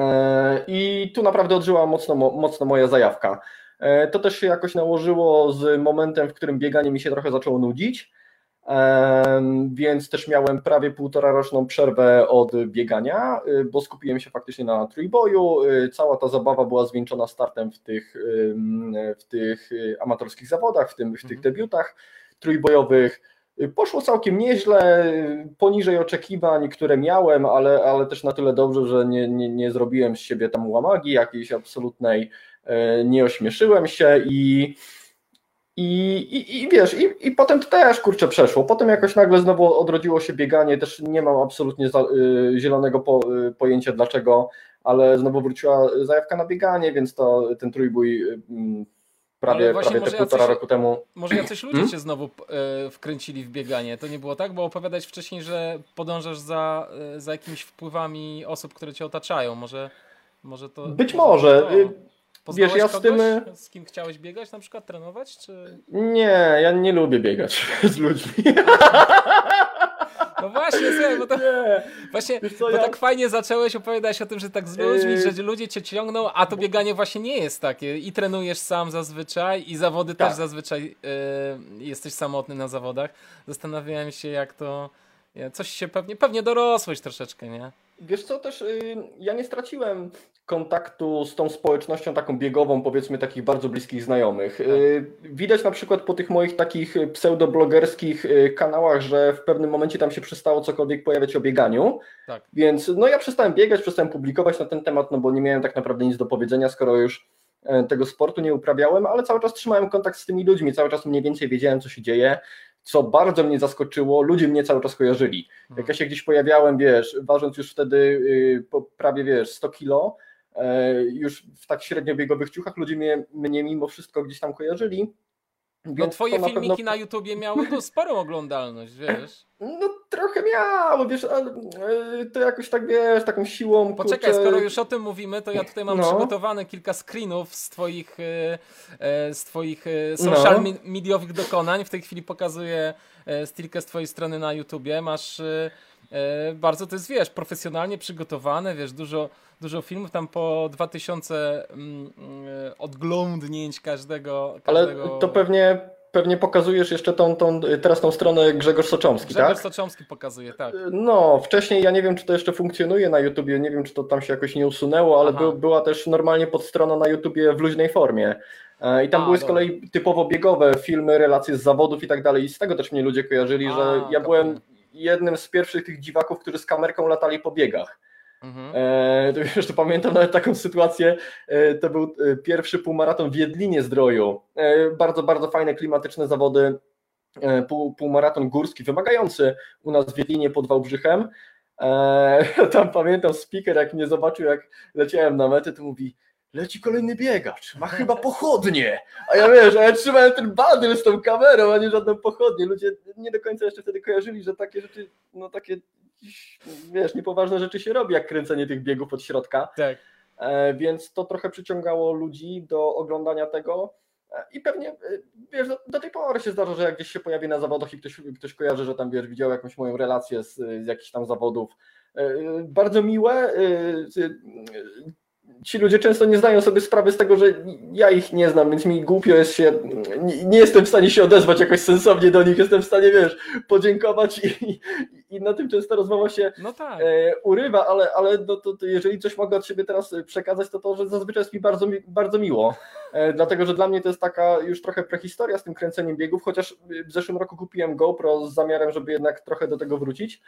i tu naprawdę odżyła mocno, mocno moja zajawka. To też się jakoś nałożyło z momentem, w którym bieganie mi się trochę zaczęło nudzić, więc też miałem prawie półtora roczną przerwę od biegania, bo skupiłem się faktycznie na trójboju. Cała ta zabawa była zwieńczona startem w tych, w tych amatorskich zawodach, w, tym, w tych debiutach trójbojowych. Poszło całkiem nieźle, poniżej oczekiwań, które miałem, ale, ale też na tyle dobrze, że nie, nie, nie zrobiłem z siebie tam łamagi jakiejś absolutnej, nie ośmieszyłem się i, i, i, i wiesz, i, i potem to też kurczę przeszło. Potem jakoś nagle znowu odrodziło się bieganie, też nie mam absolutnie za, y, zielonego po, y, pojęcia dlaczego, ale znowu wróciła zajawka na bieganie, więc to ten trójbój y, prawie, prawie te półtora roku temu. Może jacyś ludzie hmm? cię znowu y, wkręcili w bieganie, to nie było tak? Bo opowiadać wcześniej, że podążasz za, y, za jakimiś wpływami osób, które cię otaczają, może, może to... Być może. może. Poznałeś Wiesz, ja z tym. Z kim chciałeś biegać, na przykład trenować? Czy... Nie, ja nie lubię biegać z ludźmi. No właśnie, słuchaj, bo to nie. Właśnie, co, bo ja... tak fajnie zacząłeś opowiadać o tym, że tak z ludźmi, yy... że ludzie cię ciągną, a to bieganie właśnie nie jest takie. I trenujesz sam zazwyczaj, i zawody tak. też zazwyczaj yy, jesteś samotny na zawodach. Zastanawiałem się, jak to. Coś się pewnie, pewnie dorosłeś troszeczkę, nie? Wiesz co, też yy, ja nie straciłem kontaktu z tą społecznością taką biegową, powiedzmy takich bardzo bliskich znajomych. Tak. Yy, widać na przykład po tych moich takich pseudoblogerskich kanałach, że w pewnym momencie tam się przestało cokolwiek pojawiać o bieganiu, tak. Więc no ja przestałem biegać, przestałem publikować na ten temat, no bo nie miałem tak naprawdę nic do powiedzenia, skoro już tego sportu nie uprawiałem, ale cały czas trzymałem kontakt z tymi ludźmi, cały czas mniej więcej wiedziałem, co się dzieje. Co bardzo mnie zaskoczyło, ludzie mnie cały czas kojarzyli. Jak ja się gdzieś pojawiałem, wiesz, ważąc już wtedy yy, po prawie, wiesz, sto kilo, yy, już w tak średniobiegowych ciuchach, ludzie mnie, mnie mimo wszystko gdzieś tam kojarzyli. No twoje na filmiki pewno... na YouTubie miały tu sporą oglądalność, wiesz? No trochę miało, wiesz, ale to jakoś tak, wiesz, taką siłą... Poczekaj, kurczę... skoro już o tym mówimy, to ja tutaj mam no. przygotowane kilka screenów z twoich, z twoich social no. mediowych dokonań. W tej chwili pokazuję stilkę z twojej strony na YouTubie. Masz bardzo, to jest, wiesz, profesjonalnie przygotowane, wiesz, dużo, dużo filmów, tam po dwa tysiące mm, odglądnięć każdego, każdego... Ale to pewnie... Pewnie pokazujesz jeszcze tą, tą, teraz tą stronę Grzegorz Soczomski, Grzegorz tak? Grzegorz Soczomski pokazuje, tak. No, wcześniej ja nie wiem, czy to jeszcze funkcjonuje na YouTubie, nie wiem, czy to tam się jakoś nie usunęło, ale by, była też normalnie podstrona na YouTubie w luźnej formie. I tam A, były z kolei dobra. typowo biegowe filmy, relacje z zawodów i tak dalej. I z tego też mnie ludzie kojarzyli, A, że ja byłem jednym z pierwszych tych dziwaków, którzy z kamerką latali po biegach. Mhm. E, to już to pamiętam nawet taką sytuację, e, to był pierwszy półmaraton w Jedlinie Zdroju. E, bardzo, bardzo fajne, klimatyczne zawody, e, pół, półmaraton górski, wymagający u nas w Jedlinie pod Wałbrzychem. E, tam pamiętam speaker, jak mnie zobaczył, jak leciałem na metę, to mówi: leci kolejny biegacz, ma chyba pochodnie. A ja wiesz, a ja trzymałem ten badyl z tą kamerą, a nie żadną pochodnię. Ludzie nie do końca jeszcze wtedy kojarzyli, że takie rzeczy, no takie, wiesz, niepoważne rzeczy się robi, jak kręcenie tych biegów od środka. Tak. E, więc to trochę przyciągało ludzi do oglądania tego. E, I pewnie, e, wiesz, do, do tej pory się zdarza, że jak gdzieś się pojawi na zawodach i ktoś, ktoś kojarzy, że tam, wiesz, widział jakąś moją relację z, z jakichś tam zawodów. E, bardzo miłe. E, Ci ludzie często nie zdają sobie sprawy z tego, że ja ich nie znam, więc mi głupio jest się, nie, nie jestem w stanie się odezwać jakoś sensownie do nich, jestem w stanie, wiesz, podziękować i, i na tym często rozmowa się No tak. e, urywa, ale, ale no to, to jeżeli coś mogę od siebie teraz przekazać, to to, że zazwyczaj jest mi bardzo, bardzo miło, e, dlatego, że dla mnie to jest taka już trochę prehistoria z tym kręceniem biegów, chociaż w zeszłym roku kupiłem GoPro z zamiarem, żeby jednak trochę do tego wrócić.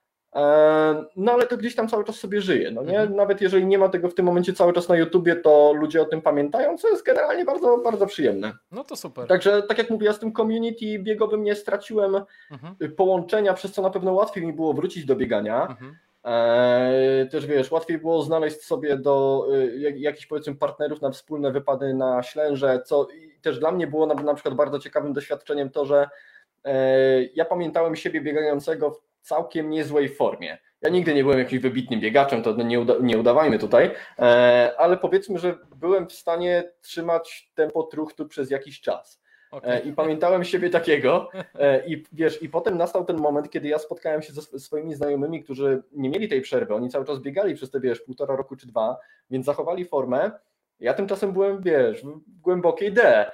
No ale to gdzieś tam cały czas sobie żyje, no nie? Mhm. Nawet jeżeli nie ma tego w tym momencie cały czas na YouTubie, to ludzie o tym pamiętają, co jest generalnie bardzo, bardzo przyjemne. No to super. Także tak jak mówię, ja z tym community biegowym nie straciłem Mhm. połączenia, przez co na pewno łatwiej mi było wrócić do biegania. Mhm. Eee, też wiesz, łatwiej było znaleźć sobie do y, jakichś, powiedzmy, partnerów na wspólne wypady na Ślęże, co i też dla mnie było na, na przykład bardzo ciekawym doświadczeniem to, że e, ja pamiętałem siebie biegającego w całkiem niezłej formie. Ja nigdy nie byłem jakimś wybitnym biegaczem, to nie, uda, nie udawajmy tutaj, e, ale powiedzmy, że byłem w stanie trzymać tempo truchtu przez jakiś czas. Okay. I pamiętałem siebie takiego i wiesz, i potem nastał ten moment, kiedy ja spotkałem się ze swoimi znajomymi, którzy nie mieli tej przerwy, oni cały czas biegali przez te, wiesz, półtora roku czy dwa, więc zachowali formę. Ja tymczasem byłem, wiesz, w głębokiej D.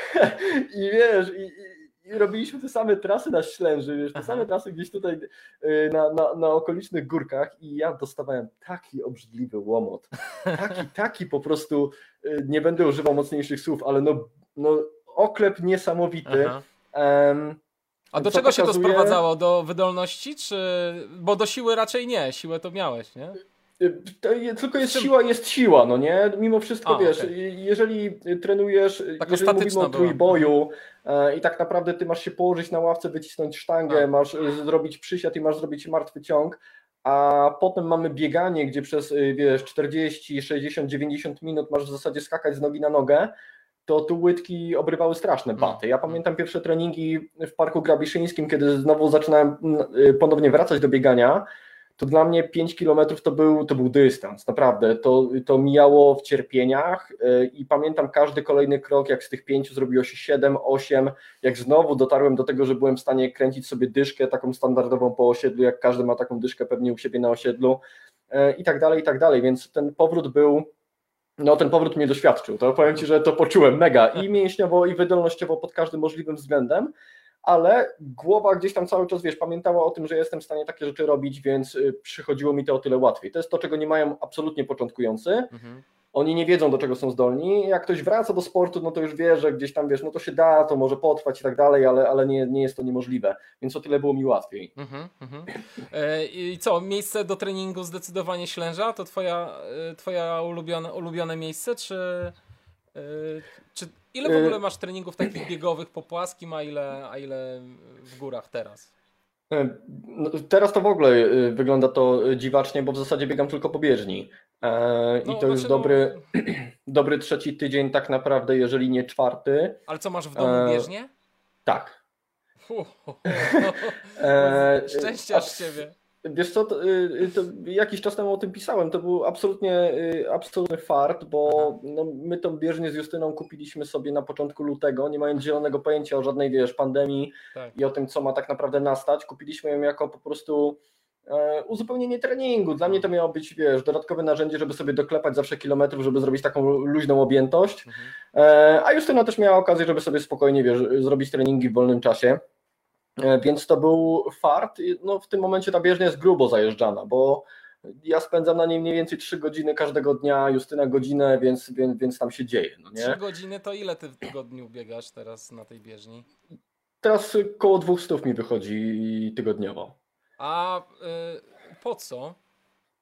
I wiesz, i, i robiliśmy te same trasy na Ślęży, wiesz, te Aha. same trasy gdzieś tutaj na, na, na okolicznych górkach i ja dostawałem taki obrzydliwy łomot, taki, taki po prostu, nie będę używał mocniejszych słów, ale no, no oklep niesamowity. Um, A do czego się pokazuje... to sprowadzało? Do wydolności, czy... Bo do siły raczej nie, siłę to miałeś, nie? To tylko jest czym... siła, jest siła, no nie? Mimo wszystko, A, wiesz, okay. jeżeli trenujesz, Taka jeżeli mówimy o trójboju była. i tak naprawdę ty masz się położyć na ławce, wycisnąć sztangę, A. masz zrobić przysiad i masz zrobić martwy ciąg, a potem mamy bieganie, gdzie przez, wiesz, czterdzieści, sześćdziesiąt, dziewięćdziesiąt minut masz w zasadzie skakać z nogi na nogę, to tu łydki obrywały straszne baty. Ja pamiętam pierwsze treningi w Parku Grabiszyńskim, kiedy znowu zaczynałem ponownie wracać do biegania, to dla mnie pięć kilometrów to był, to był dystans, naprawdę. To, to mijało w cierpieniach i pamiętam każdy kolejny krok, jak z tych pięciu zrobiło się siedem, osiem, jak znowu dotarłem do tego, że byłem w stanie kręcić sobie dyszkę taką standardową po osiedlu, jak każdy ma taką dyszkę pewnie u siebie na osiedlu i tak dalej, i tak dalej, więc ten powrót był, no ten powrót mnie doświadczył, to powiem Ci, że to poczułem mega i mięśniowo, i wydolnościowo pod każdym możliwym względem, ale głowa gdzieś tam cały czas, wiesz, pamiętała o tym, że jestem w stanie takie rzeczy robić, więc przychodziło mi to o tyle łatwiej. To jest to, czego nie mają absolutnie początkujący. Mhm. Oni nie wiedzą, do czego są zdolni. Jak ktoś wraca do sportu, no to już wie, że gdzieś tam, wiesz, no to się da, to może potrwać i tak dalej, ale, ale nie, nie jest to niemożliwe, więc o tyle było mi łatwiej. Mhm, mhm. E, I co, miejsce do treningu zdecydowanie Ślęża? To twoja, twoja ulubione, ulubione miejsce, czy... Czy ile w ogóle masz treningów takich biegowych po płaskim, a ile, a ile w górach teraz? No, teraz to w ogóle wygląda to dziwacznie, bo w zasadzie biegam tylko po bieżni. I no, to już dobry, no... dobry trzeci tydzień tak naprawdę, jeżeli nie czwarty. Ale co, masz w domu bieżnię? E... Tak. Uh, uh, uh. E... Szczęścia z ciebie. Wiesz co, to, to jakiś czas temu o tym pisałem, to był absolutnie absolutny fart, bo no, my tą bieżnię z Justyną kupiliśmy sobie na początku lutego, nie mając zielonego pojęcia o żadnej, wiesz, pandemii tak. i o tym, co ma tak naprawdę nastać. Kupiliśmy ją jako po prostu e, uzupełnienie treningu. Dla mnie to miało być, wiesz, dodatkowe narzędzie, żeby sobie doklepać zawsze kilometrów, żeby zrobić taką luźną objętość, mhm. e, a Justyna też miała okazję, żeby sobie spokojnie, wiesz, zrobić treningi w wolnym czasie. Więc to był fart. No, w tym momencie ta bieżnia jest grubo zajeżdżana, bo ja spędzam na niej mniej więcej trzy godziny każdego dnia, Justyna godzinę, więc, więc, więc tam się dzieje. No nie? trzy godziny to ile ty w tygodniu biegasz teraz na tej bieżni? Teraz koło dwóch stów mi wychodzi tygodniowo. A y, po co?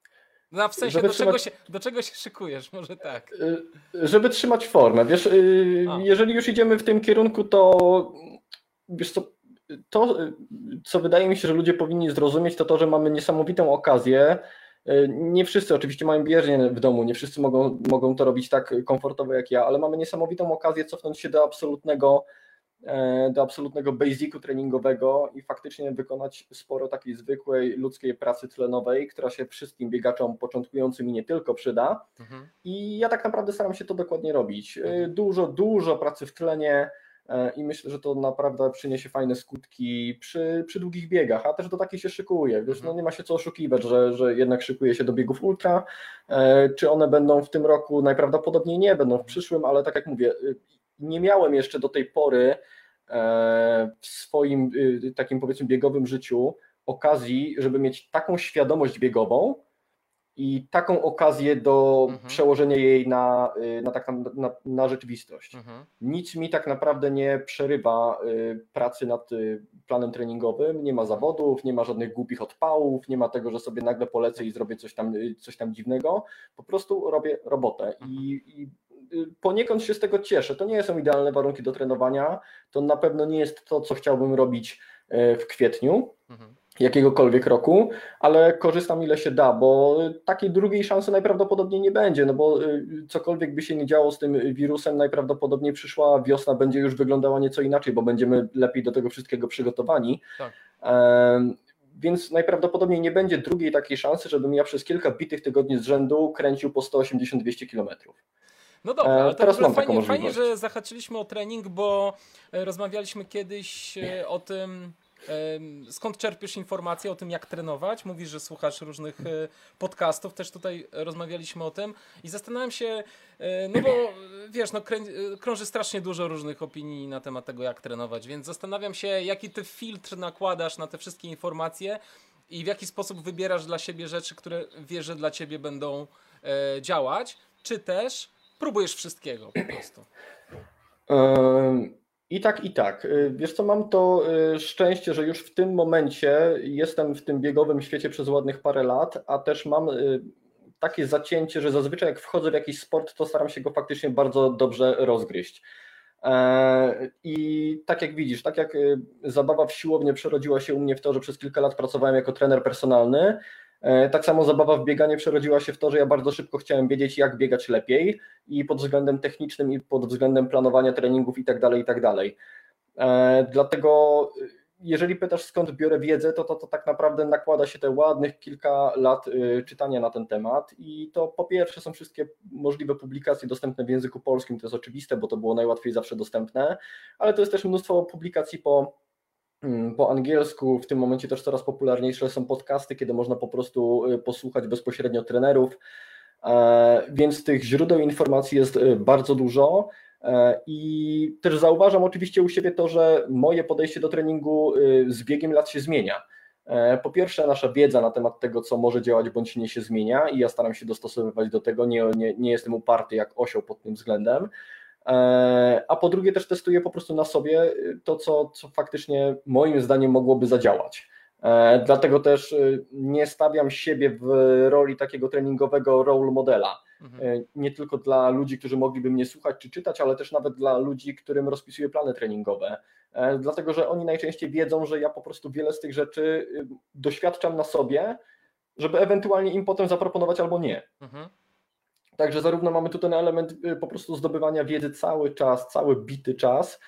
No w sensie, do, trzymać... czego się, do czego się szykujesz, może tak? Żeby trzymać formę. Wiesz, A. jeżeli już idziemy w tym kierunku, to wiesz co, to, co wydaje mi się, że ludzie powinni zrozumieć, to to, że mamy niesamowitą okazję. Nie wszyscy oczywiście mają bieżnię w domu, nie wszyscy mogą, mogą to robić tak komfortowo jak ja, ale mamy niesamowitą okazję cofnąć się do absolutnego do absolutnego basicu treningowego i faktycznie wykonać sporo takiej zwykłej ludzkiej pracy tlenowej, która się wszystkim biegaczom początkującym i nie tylko przyda. Mhm. I ja tak naprawdę staram się to dokładnie robić. Mhm. Dużo, dużo pracy w tlenie i myślę, że to naprawdę przyniesie fajne skutki przy, przy długich biegach, a też do takich się szykuje. Wiesz, no nie ma się co oszukiwać, że, że jednak szykuje się do biegów ultra. Czy one będą w tym roku? Najprawdopodobniej nie, będą w przyszłym, ale tak jak mówię, nie miałem jeszcze do tej pory w swoim takim powiedzmy biegowym życiu okazji, żeby mieć taką świadomość biegową i taką okazję do mhm. przełożenia jej na, na, tak, na, na, na rzeczywistość. Mhm. Nic mi tak naprawdę nie przerywa pracy nad planem treningowym, nie ma zawodów, nie ma żadnych głupich odpałów, nie ma tego, że sobie nagle polecę i zrobię coś tam, coś tam dziwnego, po prostu robię robotę mhm. i, i poniekąd się z tego cieszę. To nie są idealne warunki do trenowania, to na pewno nie jest to, co chciałbym robić w kwietniu mhm. jakiegokolwiek roku, ale korzystam ile się da, bo takiej drugiej szansy najprawdopodobniej nie będzie, no bo cokolwiek by się nie działo z tym wirusem, najprawdopodobniej przyszła wiosna będzie już wyglądała nieco inaczej, bo będziemy lepiej do tego wszystkiego przygotowani. Tak. Um, Więc najprawdopodobniej nie będzie drugiej takiej szansy, żebym ja przez kilka bitych tygodni z rzędu kręcił po sto osiemdziesiąt dwieście kilometrów. No dobra, ale to teraz mam fajnie, taką fajnie, że zahaczyliśmy o trening, bo rozmawialiśmy kiedyś o tym, skąd czerpiesz informacje o tym, jak trenować. Mówisz, że słuchasz różnych podcastów, też tutaj rozmawialiśmy o tym i zastanawiam się, no bo wiesz, no krąży strasznie dużo różnych opinii na temat tego, jak trenować, więc zastanawiam się, jaki ty filtr nakładasz na te wszystkie informacje i w jaki sposób wybierasz dla siebie rzeczy, które wiesz, że dla ciebie będą działać, czy też próbujesz wszystkiego po prostu. I tak, i tak. Wiesz co, mam to szczęście, że już w tym momencie jestem w tym biegowym świecie przez ładnych parę lat, a też mam takie zacięcie, że zazwyczaj jak wchodzę w jakiś sport, to staram się go faktycznie bardzo dobrze rozgryźć. I tak jak widzisz, tak jak zabawa w siłownię przerodziła się u mnie w to, że przez kilka lat pracowałem jako trener personalny, tak samo zabawa w bieganie przerodziła się w to, że ja bardzo szybko chciałem wiedzieć, jak biegać lepiej i pod względem technicznym i pod względem planowania treningów i tak dalej, i tak dalej. Dlatego jeżeli pytasz, skąd biorę wiedzę, to, to, to tak naprawdę nakłada się te ładnych kilka lat czytania na ten temat i to po pierwsze są wszystkie możliwe publikacje dostępne w języku polskim, to jest oczywiste, bo to było najłatwiej zawsze dostępne, ale to jest też mnóstwo publikacji po po angielsku, w tym momencie też coraz popularniejsze są podcasty, kiedy można po prostu posłuchać bezpośrednio trenerów, więc tych źródeł informacji jest bardzo dużo i też zauważam oczywiście u siebie to, że moje podejście do treningu z biegiem lat się zmienia. Po pierwsze nasza wiedza na temat tego, co może działać bądź nie się zmienia i ja staram się dostosowywać do tego, nie, nie, nie jestem uparty jak osioł pod tym względem. A po drugie też testuję po prostu na sobie to, co, co faktycznie moim zdaniem mogłoby zadziałać. Dlatego też nie stawiam siebie w roli takiego treningowego role modela. Mhm. Nie tylko dla ludzi, którzy mogliby mnie słuchać czy czytać, ale też nawet dla ludzi, którym rozpisuję plany treningowe. Dlatego, że oni najczęściej wiedzą, że ja po prostu wiele z tych rzeczy doświadczam na sobie, żeby ewentualnie im potem zaproponować albo nie. Mhm. Także zarówno mamy tu ten element po prostu zdobywania wiedzy cały czas, cały bity czas,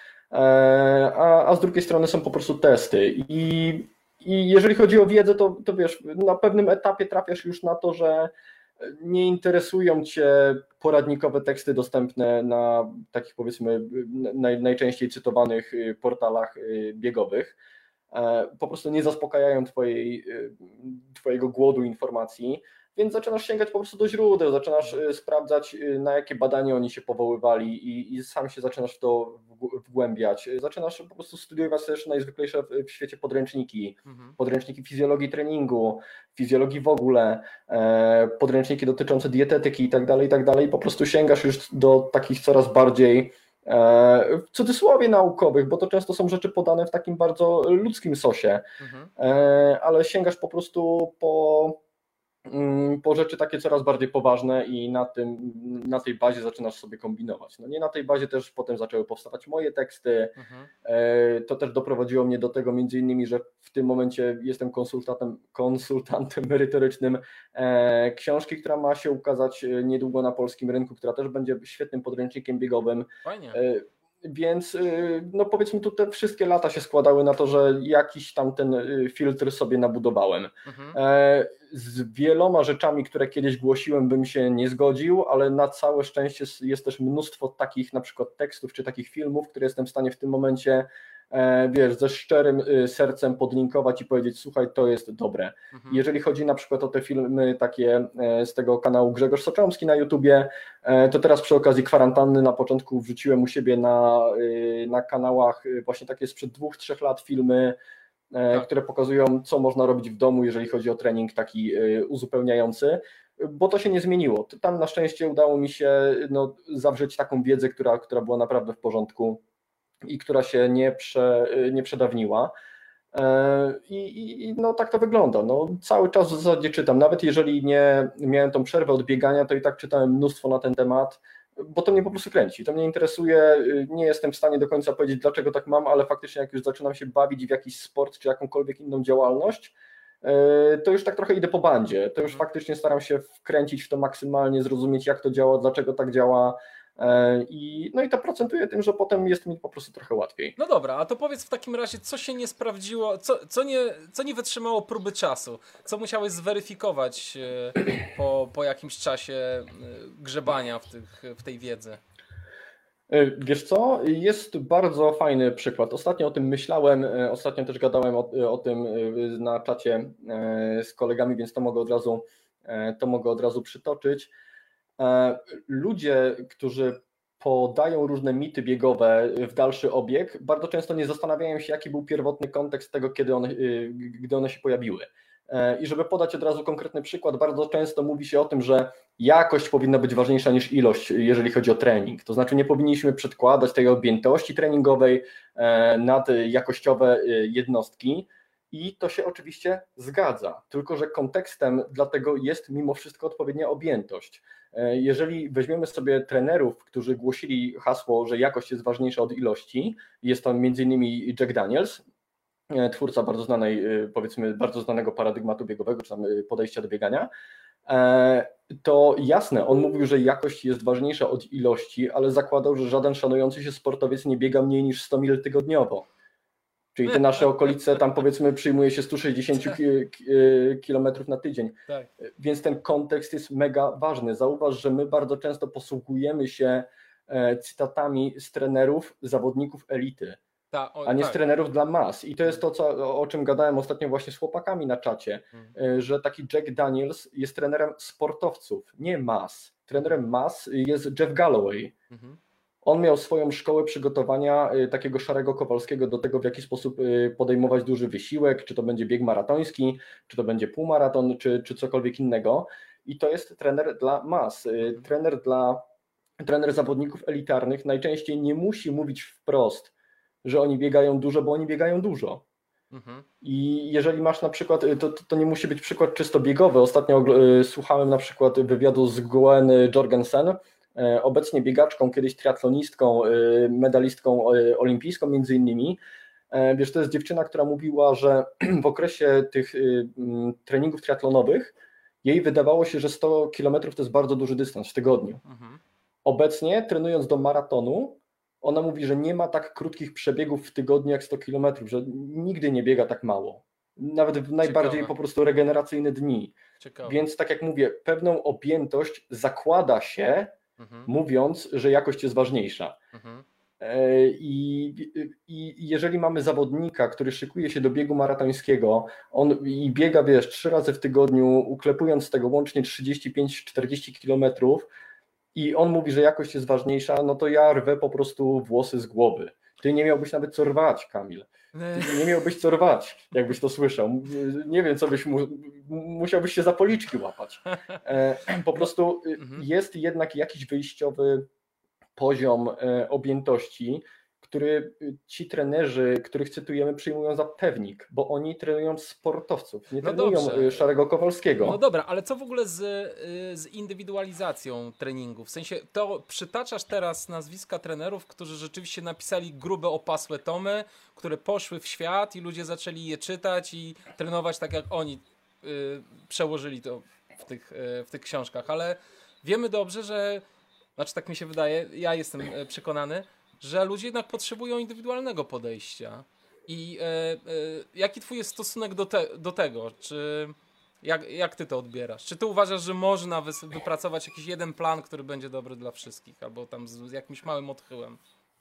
a, a z drugiej strony są po prostu testy. I, i jeżeli chodzi o wiedzę, to, to wiesz, na pewnym etapie trafiasz już na to, że nie interesują Cię poradnikowe teksty dostępne na takich powiedzmy naj, najczęściej cytowanych portalach biegowych. Po prostu nie zaspokajają twojej, Twojego głodu informacji. Więc zaczynasz sięgać po prostu do źródeł, zaczynasz sprawdzać, na jakie badania oni się powoływali i, i sam się zaczynasz w to wgłębiać. Zaczynasz po prostu studiować też najzwyklejsze w świecie podręczniki, mhm. podręczniki fizjologii treningu, fizjologii w ogóle, podręczniki dotyczące dietetyki i tak dalej, i tak dalej. Po prostu sięgasz już do takich coraz bardziej w cudzysłowie naukowych, bo to często są rzeczy podane w takim bardzo ludzkim sosie, mhm. ale sięgasz po prostu po po rzeczy takie coraz bardziej poważne i na, tym, na tej bazie zaczynasz sobie kombinować. No nie na tej bazie też potem zaczęły powstawać moje teksty. Mhm. To też doprowadziło mnie do tego między innymi, że w tym momencie jestem konsultantem, konsultantem merytorycznym książki, która ma się ukazać niedługo na polskim rynku, która też będzie świetnym podręcznikiem biegowym. Fajnie. Więc no powiedzmy tu te wszystkie lata się składały na to, że jakiś tam ten filtr sobie nabudowałem. Mhm. Z wieloma rzeczami, które kiedyś głosiłem, bym się nie zgodził, ale na całe szczęście jest też mnóstwo takich na przykład tekstów czy takich filmów, które jestem w stanie w tym momencie, wiesz, ze szczerym sercem podlinkować i powiedzieć, słuchaj, to jest dobre. Mhm. Jeżeli chodzi na przykład o te filmy takie z tego kanału Grzegorz Soczomski na YouTubie, to teraz przy okazji kwarantanny na początku wrzuciłem u siebie na, na kanałach właśnie takie sprzed dwóch, trzech lat filmy, tak, które pokazują, co można robić w domu, jeżeli chodzi o trening taki uzupełniający, bo to się nie zmieniło. Tam na szczęście udało mi się no, zawrzeć taką wiedzę, która, która była naprawdę w porządku i która się nie, prze, nie przedawniła. I, I no tak to wygląda. No, cały czas w zasadzie czytam. Nawet jeżeli nie miałem tą przerwę od biegania, to i tak czytałem mnóstwo na ten temat, bo to mnie po prostu kręci. To mnie interesuje. Nie jestem w stanie do końca powiedzieć, dlaczego tak mam, ale faktycznie jak już zaczynam się bawić w jakiś sport czy jakąkolwiek inną działalność, to już tak trochę idę po bandzie. To już faktycznie staram się wkręcić w to maksymalnie, zrozumieć, jak to działa, dlaczego tak działa. I, no i to procentuje tym, że potem jest mi po prostu trochę łatwiej. No dobra, a to powiedz w takim razie, co się nie sprawdziło, co, co, nie, co nie wytrzymało próby czasu, co musiałeś zweryfikować po, po jakimś czasie grzebania w, tych, w tej wiedzy? Wiesz co, jest bardzo fajny przykład. Ostatnio o tym myślałem, ostatnio też gadałem o, o tym na czacie z kolegami, więc to mogę od razu, to mogę od razu przytoczyć. Ludzie, którzy podają różne mity biegowe w dalszy obieg, bardzo często nie zastanawiają się, jaki był pierwotny kontekst tego, kiedy one, gdy one się pojawiły. I żeby podać od razu konkretny przykład, bardzo często mówi się o tym, że jakość powinna być ważniejsza niż ilość, jeżeli chodzi o trening. To znaczy nie powinniśmy przedkładać tej objętości treningowej nad jakościowe jednostki. I to się oczywiście zgadza, tylko że kontekstem dlatego jest mimo wszystko odpowiednia objętość. Jeżeli weźmiemy sobie trenerów, którzy głosili hasło, że jakość jest ważniejsza od ilości, jest to między innymi Jack Daniels, twórca bardzo znanej, powiedzmy bardzo znanego paradygmatu biegowego, czy tam podejścia do biegania, to jasne, on mówił, że jakość jest ważniejsza od ilości, ale zakładał, że żaden szanujący się sportowiec nie biega mniej niż sto mil tygodniowo. Czyli te nasze okolice, tam powiedzmy przyjmuje się sto sześćdziesiąt kilometrów na tydzień. Tak. Więc ten kontekst jest mega ważny. Zauważ, że my bardzo często posługujemy się cytatami z trenerów, zawodników elity, Ta, o, a nie tak. z trenerów dla mas. I to jest to, co, o czym gadałem ostatnio właśnie z chłopakami na czacie, hmm. że taki Jack Daniels jest trenerem sportowców, nie mas. Trenerem mas jest Jeff Galloway. Hmm. On miał swoją szkołę przygotowania takiego szarego Kowalskiego do tego, w jaki sposób podejmować duży wysiłek, czy to będzie bieg maratoński, czy to będzie półmaraton, czy, czy cokolwiek innego. I to jest trener dla mas. Trener dla trener zawodników elitarnych najczęściej nie musi mówić wprost, że oni biegają dużo, bo oni biegają dużo. Mhm. I jeżeli masz na przykład, to, to nie musi być przykład czysto biegowy. Ostatnio słuchałem na przykład wywiadu z Gwen Jorgensen, obecnie biegaczką, kiedyś triatlonistką, medalistką olimpijską między innymi. Wiesz, to jest dziewczyna, która mówiła, że w okresie tych treningów triatlonowych jej wydawało się, że sto kilometrów to jest bardzo duży dystans w tygodniu. Mhm. Obecnie trenując do maratonu, ona mówi, że nie ma tak krótkich przebiegów w tygodniu jak sto kilometrów, że nigdy nie biega tak mało. Nawet w najbardziej Ciekawe. po prostu regeneracyjne dni. Ciekawe. Więc tak jak mówię, pewną objętość zakłada się, mhm. mówiąc, że jakość jest ważniejsza. Mhm. I, I jeżeli mamy zawodnika, który szykuje się do biegu maratońskiego, on i biega, wiesz, trzy razy w tygodniu, uklepując z tego łącznie trzydzieści pięć czterdzieści kilometrów, i on mówi, że jakość jest ważniejsza, no to ja rwę po prostu włosy z głowy. Ty nie miałbyś nawet co rwać, Kamil. Ty nie miałbyś co rwać, jakbyś to słyszał. Nie wiem, co byś mu... musiałbyś się za policzki łapać. Po prostu jest jednak jakiś wyjściowy poziom objętości, który ci trenerzy, których cytujemy, przyjmują za pewnik, bo oni trenują sportowców, nie No trenują dobrze. Szarego Kowalskiego. No dobra, ale co w ogóle z, z indywidualizacją treningu? W sensie to przytaczasz teraz nazwiska trenerów, którzy rzeczywiście napisali grube, opasłe tomy, które poszły w świat i ludzie zaczęli je czytać i trenować tak jak oni y, przełożyli to w tych, y, w tych książkach, ale wiemy dobrze, że, znaczy tak mi się wydaje, ja jestem przekonany, że ludzie jednak potrzebują indywidualnego podejścia. I e, e, jaki twój jest stosunek do, te, do tego? Czy jak, jak ty to odbierasz? Czy ty uważasz, że można wys, wypracować jakiś jeden plan, który będzie dobry dla wszystkich, albo tam z, z jakimś małym odchyłem?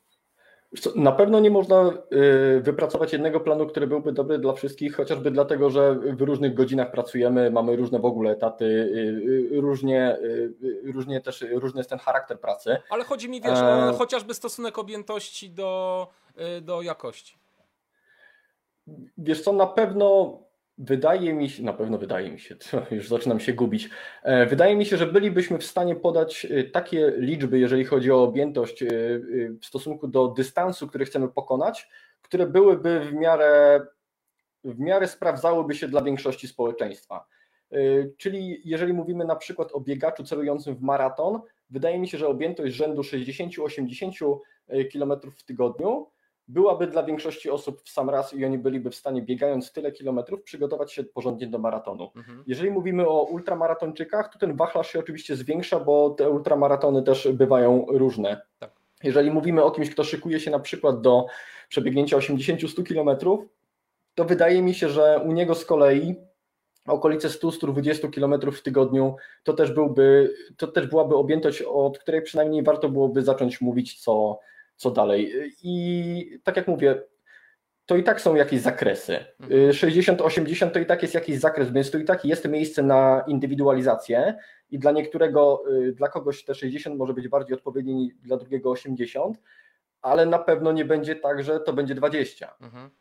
Na pewno nie można wypracować jednego planu, który byłby dobry dla wszystkich, chociażby dlatego, że w różnych godzinach pracujemy, mamy różne w ogóle etaty, różnie, różnie też różny jest ten charakter pracy. Ale chodzi mi, wiesz, o chociażby stosunek objętości do, do jakości. Wiesz co, na pewno wydaje mi się, na pewno wydaje mi się, już zaczynam się gubić, wydaje mi się, że bylibyśmy w stanie podać takie liczby, jeżeli chodzi o objętość w stosunku do dystansu, który chcemy pokonać, które byłyby w miarę, w miarę sprawdzałyby się dla większości społeczeństwa. Czyli jeżeli mówimy na przykład o biegaczu celującym w maraton, wydaje mi się, że objętość rzędu sześćdziesiąt do osiemdziesięciu kilometrów w tygodniu byłaby dla większości osób w sam raz i oni byliby w stanie, biegając tyle kilometrów, przygotować się porządnie do maratonu. Mhm. Jeżeli mówimy o ultramaratończykach, to ten wachlarz się oczywiście zwiększa, bo te ultramaratony też bywają różne. Tak. Jeżeli mówimy o kimś, kto szykuje się na przykład do przebiegnięcia osiemdziesiąt do stu kilometrów, to wydaje mi się, że u niego z kolei okolice sto do stu dwudziestu kilometrów w tygodniu to też, byłby, to też byłaby objętość, od której przynajmniej warto byłoby zacząć mówić, co co dalej. I tak jak mówię, to i tak są jakieś zakresy. sześćdziesiąt osiemdziesiąt to i tak jest jakiś zakres, więc to i tak jest miejsce na indywidualizację i dla niektórego, dla kogoś te sześćdziesiąt może być bardziej odpowiedni, dla drugiego osiemdziesiąt, ale na pewno nie będzie tak, że to będzie dwadzieścia. Mhm.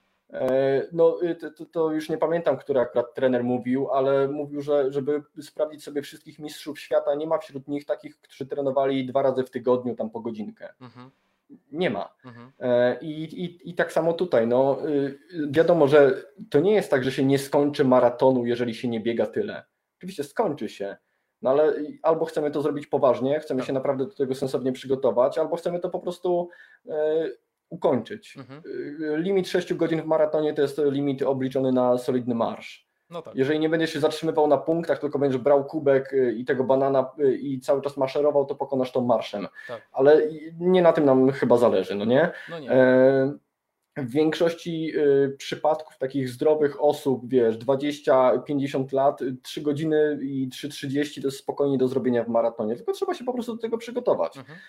No to, to już nie pamiętam, który akurat trener mówił, ale mówił, że żeby sprawdzić sobie wszystkich mistrzów świata, nie ma wśród nich takich, którzy trenowali dwa razy w tygodniu, tam po godzinkę. Mhm. Nie ma. Mhm. I, i, I tak samo tutaj. No, wiadomo, że to nie jest tak, że się nie skończy maratonu, jeżeli się nie biega tyle. Oczywiście skończy się, no ale albo chcemy to zrobić poważnie, chcemy tak. się naprawdę do tego sensownie przygotować, albo chcemy to po prostu e, ukończyć. Mhm. Limit sześciu godzin w maratonie to jest limit obliczony na solidny marsz. No tak. Jeżeli nie będziesz się zatrzymywał na punktach, tylko będziesz brał kubek i tego banana i cały czas maszerował, to pokonasz tą marszem. Tak. Ale nie na tym nam chyba zależy, no nie? No nie. W większości przypadków takich zdrowych osób, wiesz, dwadzieścia pięćdziesiąt lat, trzy godziny i trzy trzydzieści to jest spokojnie do zrobienia w maratonie, tylko trzeba się po prostu do tego przygotować. Mhm,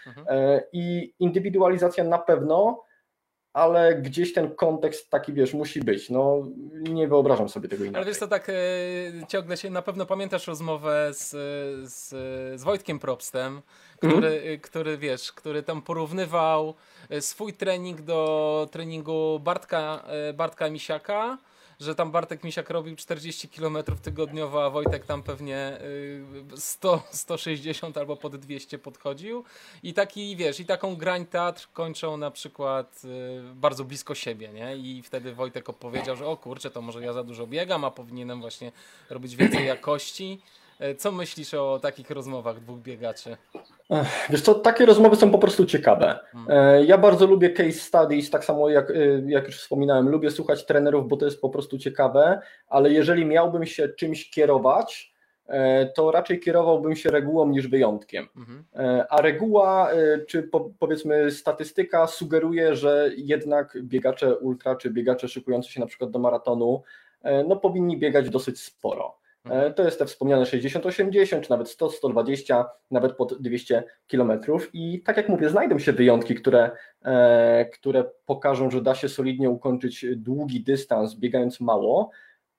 I indywidualizacja na pewno, ale gdzieś ten kontekst taki, wiesz, musi być. No, nie wyobrażam sobie tego inaczej. Ale wiesz co, tak e, ciągle się, na pewno pamiętasz rozmowę z, z, z Wojtkiem Probstem, który, mm. który, wiesz, który tam porównywał swój trening do treningu Bartka, Bartka Misiaka, że tam Bartek Misiak robił czterdzieści kilometrów tygodniowo, a Wojtek tam pewnie sto, sto sześćdziesiąt albo pod dwieście podchodził. I taki, wiesz, i taką grań teatr kończą na przykład bardzo blisko siebie, nie? I wtedy Wojtek opowiedział, że o kurczę, to może ja za dużo biegam, a powinienem właśnie robić więcej jakości. Co myślisz o takich rozmowach dwóch biegaczy? Wiesz co, takie rozmowy są po prostu ciekawe. Hmm. Ja bardzo lubię case studies, tak samo jak, jak już wspominałem, lubię słuchać trenerów, bo to jest po prostu ciekawe, ale jeżeli miałbym się czymś kierować, to raczej kierowałbym się regułą niż wyjątkiem. Hmm. A reguła, czy po, powiedzmy statystyka sugeruje, że jednak biegacze ultra, czy biegacze szykujący się na przykład do maratonu, no powinni biegać dosyć sporo. To jest te wspomniane sześćdziesiąt osiemdziesiąt, czy nawet sto sto dwadzieścia, nawet pod dwieście kilometrów. I tak jak mówię, znajdą się wyjątki, które, e, które pokażą, że da się solidnie ukończyć długi dystans biegając mało,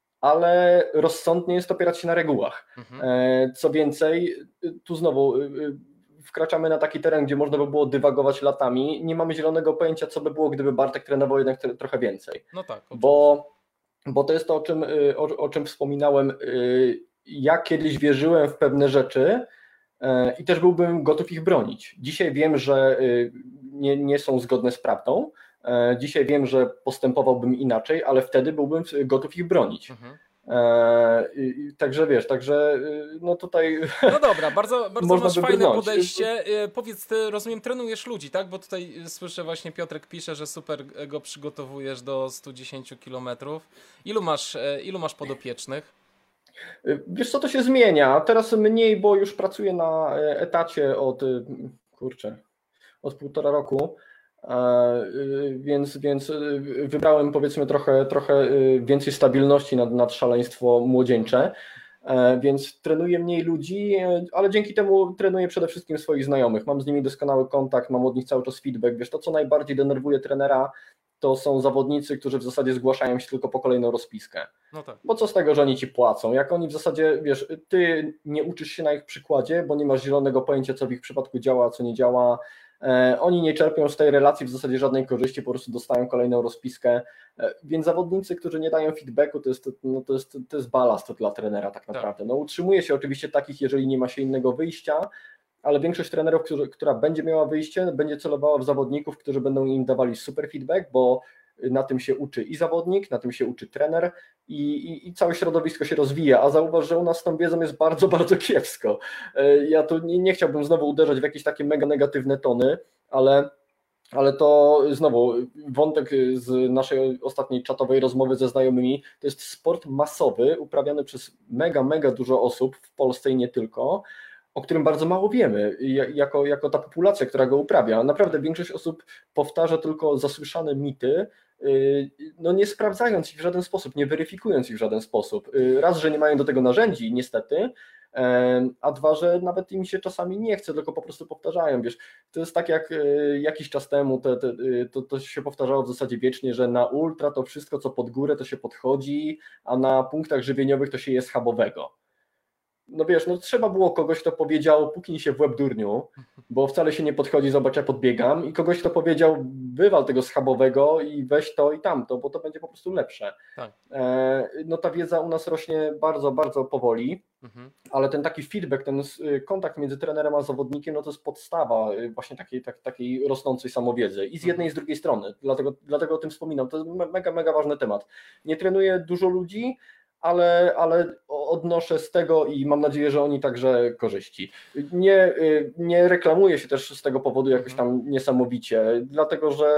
ale rozsądnie jest opierać się na regułach. Mhm. E, co więcej, tu znowu wkraczamy na taki teren, gdzie można by było dywagować latami. Nie mamy zielonego pojęcia, co by było, gdyby Bartek trenował jednak trochę więcej. No tak, oczywiście. Bo Bo to jest to, o czym, o, o czym wspominałem. Ja kiedyś wierzyłem w pewne rzeczy i też byłbym gotów ich bronić. Dzisiaj wiem, że nie, nie są zgodne z prawdą, Dzisiaj wiem, że postępowałbym inaczej, ale wtedy byłbym gotów ich bronić. Mhm. Eee, także wiesz, także no tutaj. No dobra, bardzo, bardzo masz fajne brnąć. podejście. Powiedz, ty, rozumiem, trenujesz ludzi, tak? Bo tutaj słyszę właśnie, Piotrek pisze, że super go przygotowujesz do stu dziesięciu kilometrów. Ilu masz, ilu masz podopiecznych? Wiesz co, to się zmienia. Teraz mniej, bo już pracuję na etacie od kurczę, od półtora roku. Więc, więc wybrałem powiedzmy trochę, trochę więcej stabilności nad, nad szaleństwo młodzieńcze, więc trenuję mniej ludzi, ale dzięki temu trenuję przede wszystkim swoich znajomych. Mam z nimi doskonały kontakt, mam od nich cały czas feedback. Wiesz, to co najbardziej denerwuje trenera, to są zawodnicy, którzy w zasadzie zgłaszają się tylko po kolejną rozpiskę. No tak. Bo co z tego, że oni ci płacą? Jak oni w zasadzie, wiesz, ty nie uczysz się na ich przykładzie, bo nie masz zielonego pojęcia, co w ich przypadku działa, a co nie działa. Oni nie czerpią z tej relacji w zasadzie żadnej korzyści, po prostu dostają kolejną rozpiskę, więc zawodnicy, którzy nie dają feedbacku, to jest, no to jest, to jest balast dla trenera tak naprawdę. No, utrzymuje się oczywiście takich, jeżeli nie ma się innego wyjścia, ale większość trenerów, którzy, która będzie miała wyjście, będzie celowała w zawodników, którzy będą im dawali super feedback, bo na tym się uczy i zawodnik, na tym się uczy trener i, i, i całe środowisko się rozwija, a zauważ, że u nas z tą wiedzą jest bardzo, bardzo kiepsko. Ja tu nie, nie chciałbym znowu uderzać w jakieś takie mega negatywne tony, ale, ale to znowu wątek z naszej ostatniej czatowej rozmowy ze znajomymi, to jest sport masowy, uprawiany przez mega, mega dużo osób w Polsce i nie tylko, o którym bardzo mało wiemy, jako, jako ta populacja, która go uprawia. Naprawdę większość osób powtarza tylko zasłyszane mity, no nie sprawdzając ich w żaden sposób, nie weryfikując ich w żaden sposób. Raz, że nie mają do tego narzędzi, niestety, a dwa, że nawet im się czasami nie chce, tylko po prostu powtarzają. Wiesz, to jest tak jak jakiś czas temu, te, te, to, to się powtarzało w zasadzie wiecznie, że na ultra to wszystko, co pod górę, to się podchodzi, a na punktach żywieniowych to się je schabowego. No wiesz, no trzeba było kogoś, kto powiedział, puknij się w łeb durniu, bo wcale się nie podchodzi, zobacz jak podbiegam, i kogoś, kto powiedział, wywal tego schabowego i weź to i tamto, bo to będzie po prostu lepsze. Tak. No ta wiedza u nas rośnie bardzo, bardzo powoli, mhm. ale ten taki feedback, ten kontakt między trenerem a zawodnikiem, no to jest podstawa właśnie takiej, tak, takiej rosnącej samowiedzy i z jednej i z drugiej strony, dlatego, dlatego o tym wspominam, to jest mega, mega ważny temat. Nie trenuję dużo ludzi, ale, ale odnoszę z tego i mam nadzieję, że oni także korzyści. Nie, nie reklamuję się też z tego powodu jakoś tam niesamowicie, dlatego że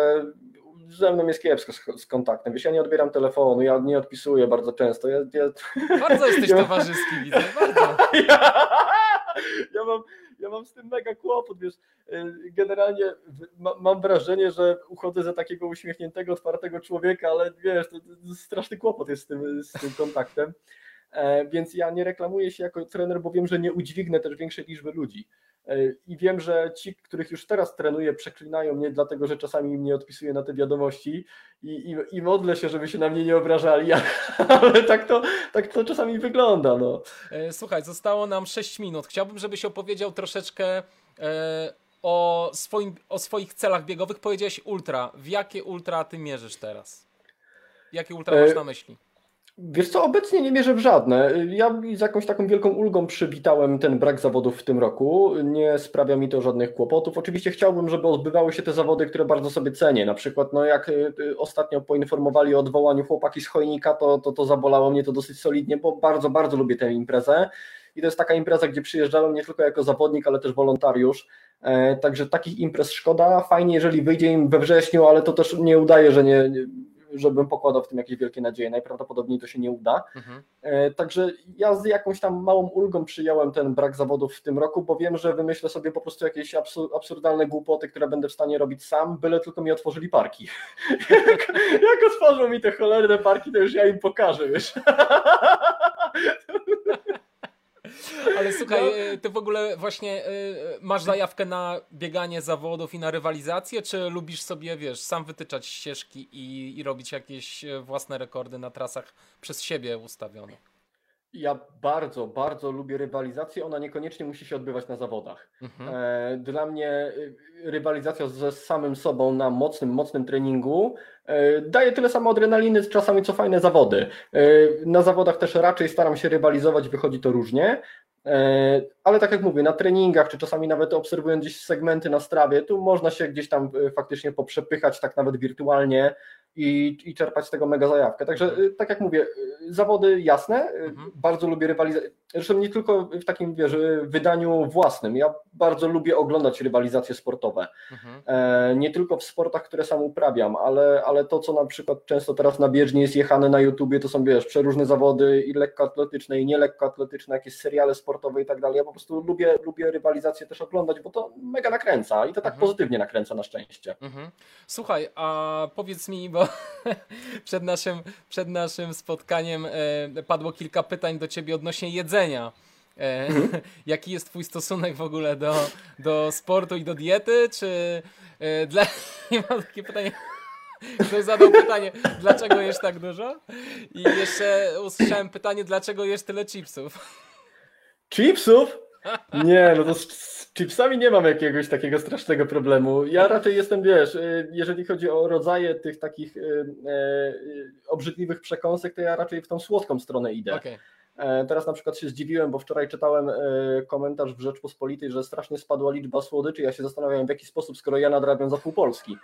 ze mną jest kiepsko z, z kontaktem. Wiesz, ja nie odbieram telefonu, ja nie odpisuję bardzo często. Ja, ja... Bardzo jesteś ja... towarzyski, widzę, bardzo. Ja, ja, mam, ja mam z tym mega kłopot, wiesz, generalnie ma, mam wrażenie, że uchodzę za takiego uśmiechniętego, otwartego człowieka, ale wiesz, to, to straszny kłopot jest z tym, z tym kontaktem, e, więc ja nie reklamuję się jako trener, bo wiem, że nie udźwignę też większej liczby ludzi. I wiem, że ci, których już teraz trenuję, przeklinają mnie, dlatego że czasami im nie odpisuję na te wiadomości i, i, i modlę się, żeby się na mnie nie obrażali, ale tak to, tak to czasami wygląda. No. Słuchaj, zostało nam sześć minut. Chciałbym, żebyś opowiedział troszeczkę o, swoim, o swoich celach biegowych. Powiedziałeś ultra. W jakie ultra ty mierzysz teraz? Jakie ultra masz na myśli? Wiesz co, obecnie nie mierzę w żadne. Ja z jakąś taką wielką ulgą przywitałem ten brak zawodów w tym roku. Nie sprawia mi to żadnych kłopotów. Oczywiście chciałbym, żeby odbywały się te zawody, które bardzo sobie cenię. Na przykład, no jak ostatnio poinformowali o odwołaniu chłopaki z Chojnika, to, to, to zabolało mnie to dosyć solidnie, bo bardzo, bardzo lubię tę imprezę. I to jest taka impreza, gdzie przyjeżdżałem nie tylko jako zawodnik, ale też wolontariusz. Także takich imprez szkoda. Fajnie, jeżeli wyjdzie im we wrześniu, ale to też nie udaje, że nie... żebym pokładał w tym jakieś wielkie nadzieje. Najprawdopodobniej to się nie uda. Mhm. Także ja z jakąś tam małą ulgą przyjąłem ten brak zawodów w tym roku, bo wiem, że wymyślę sobie po prostu jakieś absurdalne głupoty, które będę w stanie robić sam, byle tylko mi otworzyli parki. jak, jak otworzą mi te cholerne parki, to już ja im pokażę, wiesz. Ale słuchaj, ty w ogóle właśnie masz zajawkę na bieganie zawodów i na rywalizację, czy lubisz sobie, wiesz, sam wytyczać ścieżki i, i robić jakieś własne rekordy na trasach przez siebie ustawione? Ja bardzo, bardzo lubię rywalizację, ona niekoniecznie musi się odbywać na zawodach. Mhm. Dla mnie rywalizacja ze samym sobą na mocnym, mocnym treningu daje tyle samo adrenaliny, czasami co fajne zawody. Na zawodach też raczej staram się rywalizować, wychodzi to różnie, Ale tak jak mówię, na treningach, czy czasami nawet obserwując gdzieś segmenty na Strawie, tu można się gdzieś tam faktycznie poprzepychać, tak nawet wirtualnie i, i czerpać z tego mega zajawkę. Także tak jak mówię, zawody jasne, mhm. bardzo lubię rywalizację, zresztą nie tylko w takim, wiesz, wydaniu własnym, ja bardzo lubię oglądać rywalizacje sportowe, mhm. nie tylko w sportach, które sam uprawiam, ale, ale to, co na przykład często teraz na bieżni jest jechane na YouTubie, to są, wiesz, przeróżne zawody i lekkoatletyczne, i nielekkoatletyczne, jakieś seriale sportowe i tak dalej. Ja po prostu lubię, lubię rywalizację też oglądać, bo to mega nakręca i to tak mhm. pozytywnie nakręca na szczęście. Mhm. Słuchaj, a powiedz mi, bo przed naszym, przed naszym spotkaniem e, padło kilka pytań do ciebie odnośnie jedzenia. E, mhm. Jaki jest twój stosunek w ogóle do, do sportu i do diety? Czy e, dla... nie mam takie pytanie. Ktoś zadał pytanie, dlaczego jesz tak dużo? I jeszcze usłyszałem pytanie, dlaczego jesz tyle chipsów? Chipsów? Nie, no to z, z chipsami nie mam jakiegoś takiego strasznego problemu. Ja raczej jestem, wiesz, jeżeli chodzi o rodzaje tych takich e, e, obrzydliwych przekąsek, to ja raczej w tą słodką stronę idę. Okay. E, teraz na przykład się zdziwiłem, bo wczoraj czytałem e, komentarz w Rzeczpospolitej, że strasznie spadła liczba słodyczy. Ja się zastanawiałem, w jaki sposób, skoro ja nadrabiam za pół Polski.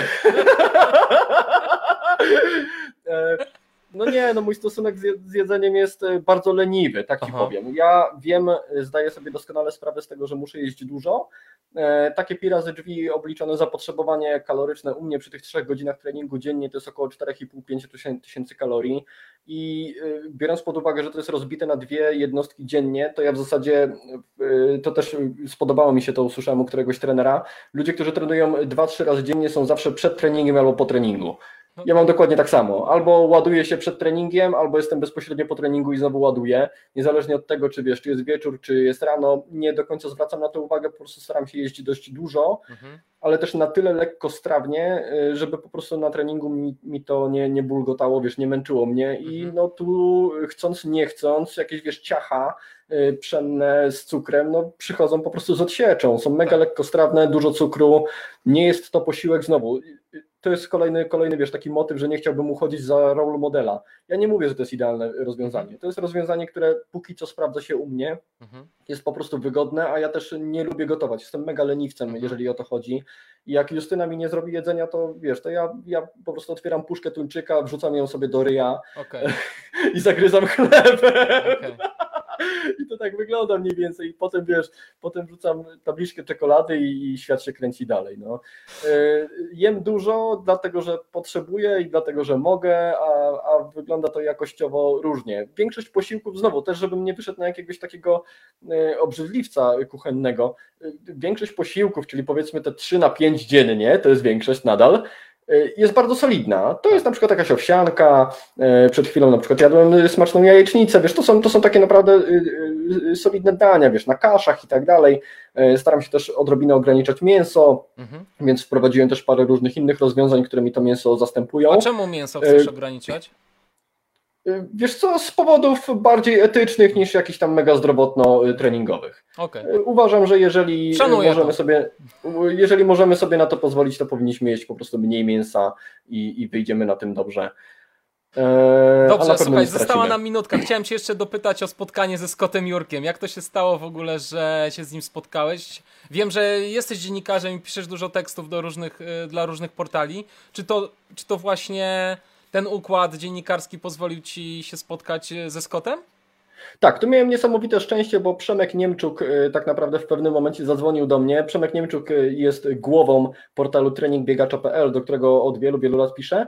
e, No nie, no mój stosunek z jedzeniem jest bardzo leniwy, tak ci Aha. powiem. Ja wiem, zdaję sobie doskonale sprawę z tego, że muszę jeść dużo. Takie pi razy drzwi obliczone zapotrzebowanie kaloryczne u mnie przy tych trzech godzinach treningu dziennie to jest około cztery i pół do pięciu tysięcy kalorii i biorąc pod uwagę, że to jest rozbite na dwie jednostki dziennie, to ja w zasadzie, to też spodobało mi się, to usłyszałem u któregoś trenera, ludzie, którzy trenują dwa trzy razy dziennie są zawsze przed treningiem albo po treningu. Ja mam dokładnie tak samo. Albo ładuję się przed treningiem, albo jestem bezpośrednio po treningu i znowu ładuję. Niezależnie od tego, czy wiesz, czy jest wieczór, czy jest rano, nie do końca zwracam na to uwagę, po prostu staram się jeździć dość dużo, mhm. ale też na tyle lekkostrawnie, żeby po prostu na treningu mi, mi to nie, nie bulgotało, wiesz, nie męczyło mnie i mhm. no tu chcąc, nie chcąc, jakieś wiesz, ciacha pszenne z cukrem, no przychodzą po prostu z odsieczą, są mega tak. lekkostrawne, dużo cukru, nie jest to posiłek znowu. To jest kolejny, kolejny, wiesz, taki motyw, że nie chciałbym uchodzić za role modela. Ja nie mówię, że to jest idealne rozwiązanie. To jest rozwiązanie, które póki co sprawdza się u mnie, mhm. jest po prostu wygodne, a ja też nie lubię gotować. Jestem mega leniwcem, mhm. jeżeli o to chodzi. I jak Justyna mi nie zrobi jedzenia, to wiesz, to ja, ja po prostu otwieram puszkę tuńczyka, wrzucam ją sobie do ryja okay. i zagryzam chleb. Okay. I to tak wygląda mniej więcej. I potem wiesz, potem wrzucam tabliczkę czekolady i, i świat się kręci dalej. No. Yy, jem dużo, dlatego że potrzebuję i dlatego, że mogę, a, a wygląda to jakościowo różnie. Większość posiłków, znowu też, żebym nie wyszedł na jakiegoś takiego yy, obrzydliwca kuchennego, yy, większość posiłków, czyli powiedzmy te trzy na pięć dziennie, to jest większość nadal, jest bardzo solidna. To jest na przykład jakaś owsianka, przed chwilą na przykład jadłem smaczną jajecznicę, wiesz, to są, to są takie naprawdę solidne dania, wiesz, na kaszach i tak dalej. Staram się też odrobinę ograniczać mięso, mhm. więc wprowadziłem też parę różnych innych rozwiązań, które mi to mięso zastępują. A czemu mięso chcesz ograniczać? Wiesz co, z powodów bardziej etycznych niż jakichś tam mega zdrowotno-treningowych. Okay. Uważam, że jeżeli możemy, sobie, jeżeli możemy sobie na to pozwolić, to powinniśmy jeść po prostu mniej mięsa i, i wyjdziemy na tym dobrze. Eee, Dobrze, słuchaj, została nam minutka. Chciałem Cię jeszcze dopytać o spotkanie ze Scottem Jurkiem. Jak to się stało w ogóle, że się z nim spotkałeś? Wiem, że jesteś dziennikarzem i piszesz dużo tekstów do różnych, dla różnych portali. Czy to, czy to właśnie ten układ dziennikarski pozwolił Ci się spotkać ze Scottem? Tak, tu miałem niesamowite szczęście, bo Przemek Niemczuk tak naprawdę w pewnym momencie zadzwonił do mnie. Przemek Niemczuk jest głową portalu trening biegacza kropka p l, do którego od wielu, wielu lat piszę.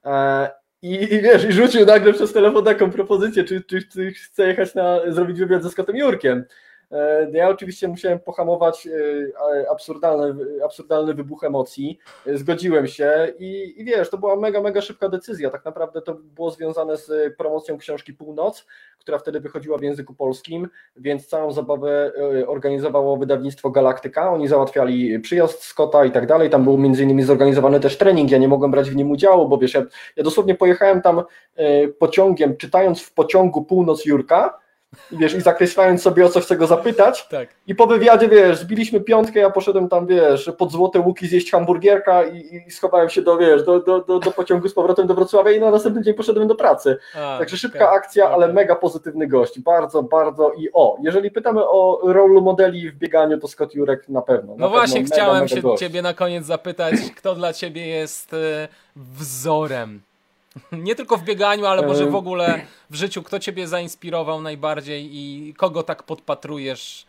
I, i wiesz, i rzucił nagle przez telefon taką propozycję, czy, czy, czy chce jechać na, zrobić wywiad ze Scottem Jurkiem. Ja oczywiście musiałem pohamować absurdalny, absurdalny wybuch emocji, zgodziłem się i, i wiesz, to była mega, mega szybka decyzja, tak naprawdę to było związane z promocją książki Północ, która wtedy wychodziła w języku polskim, więc całą zabawę organizowało wydawnictwo Galaktyka, oni załatwiali przyjazd Scotta i tak dalej, tam był między innymi zorganizowany też trening, ja nie mogłem brać w nim udziału, bo wiesz, ja, ja dosłownie pojechałem tam pociągiem, czytając w pociągu Północ Jurka, i wiesz, i zakreślając sobie, o co chcę go zapytać, tak. I po wywiadzie, wiesz, zbiliśmy piątkę, ja poszedłem tam, wiesz, pod Złote Łuki zjeść hamburgierka i, i schowałem się do, wiesz, do, do, do, do pociągu z powrotem do Wrocławia i na następny dzień poszedłem do pracy. A, Także szybka okay, akcja, okay. ale mega pozytywny gość, bardzo, bardzo i o, jeżeli pytamy o role modeli w bieganiu, to Scott Jurek na pewno. No na właśnie, pewno chciałem mega, się mega ciebie na koniec zapytać, kto dla ciebie jest wzorem? Nie tylko w bieganiu, ale może w ogóle w życiu. Kto ciebie zainspirował najbardziej i kogo tak podpatrujesz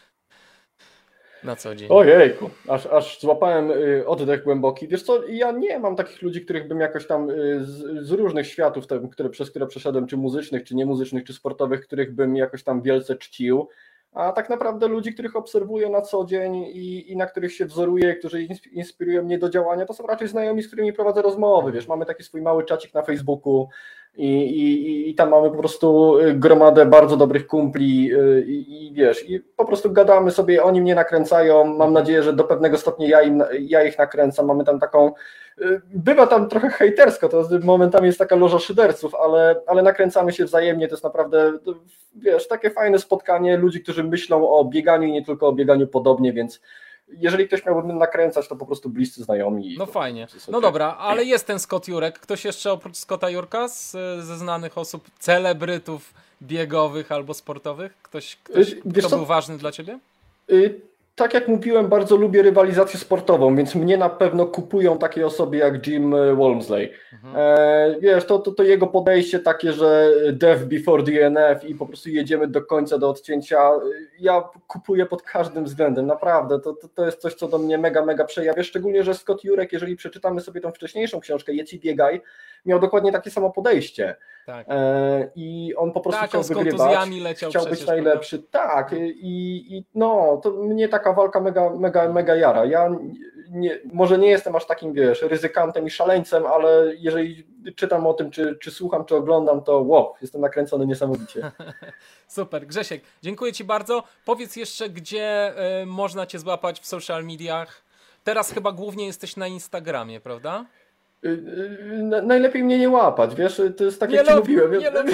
na co dzień? Ojejku, aż, aż złapałem oddech głęboki. Wiesz co, ja nie mam takich ludzi, których bym jakoś tam z, z różnych światów, te, które, przez które przeszedłem, czy muzycznych, czy niemuzycznych, czy sportowych, których bym jakoś tam wielce czcił. A tak naprawdę ludzi, których obserwuję na co dzień i, i na których się wzoruję, którzy inspirują mnie do działania, to są raczej znajomi, z którymi prowadzę rozmowy. Wiesz, mamy taki swój mały czacik na Facebooku i, i, i tam mamy po prostu gromadę bardzo dobrych kumpli i, i wiesz, i po prostu gadamy sobie, oni mnie nakręcają, mam nadzieję, że do pewnego stopnia ja, im, ja ich nakręcam, mamy tam taką, bywa tam trochę hejtersko, to momentami jest taka loża szyderców, ale, ale nakręcamy się wzajemnie, to jest naprawdę, wiesz, takie fajne spotkanie ludzi, którzy myślą o bieganiu i nie tylko o bieganiu podobnie, więc jeżeli ktoś miałby mnie nakręcać, to po prostu bliscy znajomi. No fajnie. No dobra, ale jest ten Scott Jurek. Ktoś jeszcze oprócz Scotta Jurka z, ze znanych osób, celebrytów biegowych albo sportowych? Ktoś, ktoś kto był ważny dla ciebie? Tak jak mówiłem, bardzo lubię rywalizację sportową, więc mnie na pewno kupują takie osoby jak Jim Walmsley. Mhm. E, wiesz, to, to, to jego podejście takie, że death before D N F i po prostu jedziemy do końca, do odcięcia, ja kupuję pod każdym względem, naprawdę, to, to, to jest coś, co do mnie mega, mega przejawia, szczególnie, że Scott Jurek, jeżeli przeczytamy sobie tą wcześniejszą książkę Jedz i biegaj, miał dokładnie takie samo podejście. Tak. E, I on po prostu tak, chciał on wygrywać, chciał przecież, być najlepszy. Prawda? Tak, i, i no, to mnie taka walka mega, mega, mega jara. Ja nie, może nie jestem aż takim, wiesz, ryzykantem i szaleńcem, ale jeżeli czytam o tym, czy, czy słucham, czy oglądam, to wow, jestem nakręcony niesamowicie. Super, Grzesiek, dziękuję Ci bardzo. Powiedz jeszcze, gdzie y, można Cię złapać w social mediach. Teraz chyba głównie jesteś na Instagramie, prawda? Najlepiej mnie nie łapać, wiesz, to jest tak, jak ci mówiłem. Nie lubię.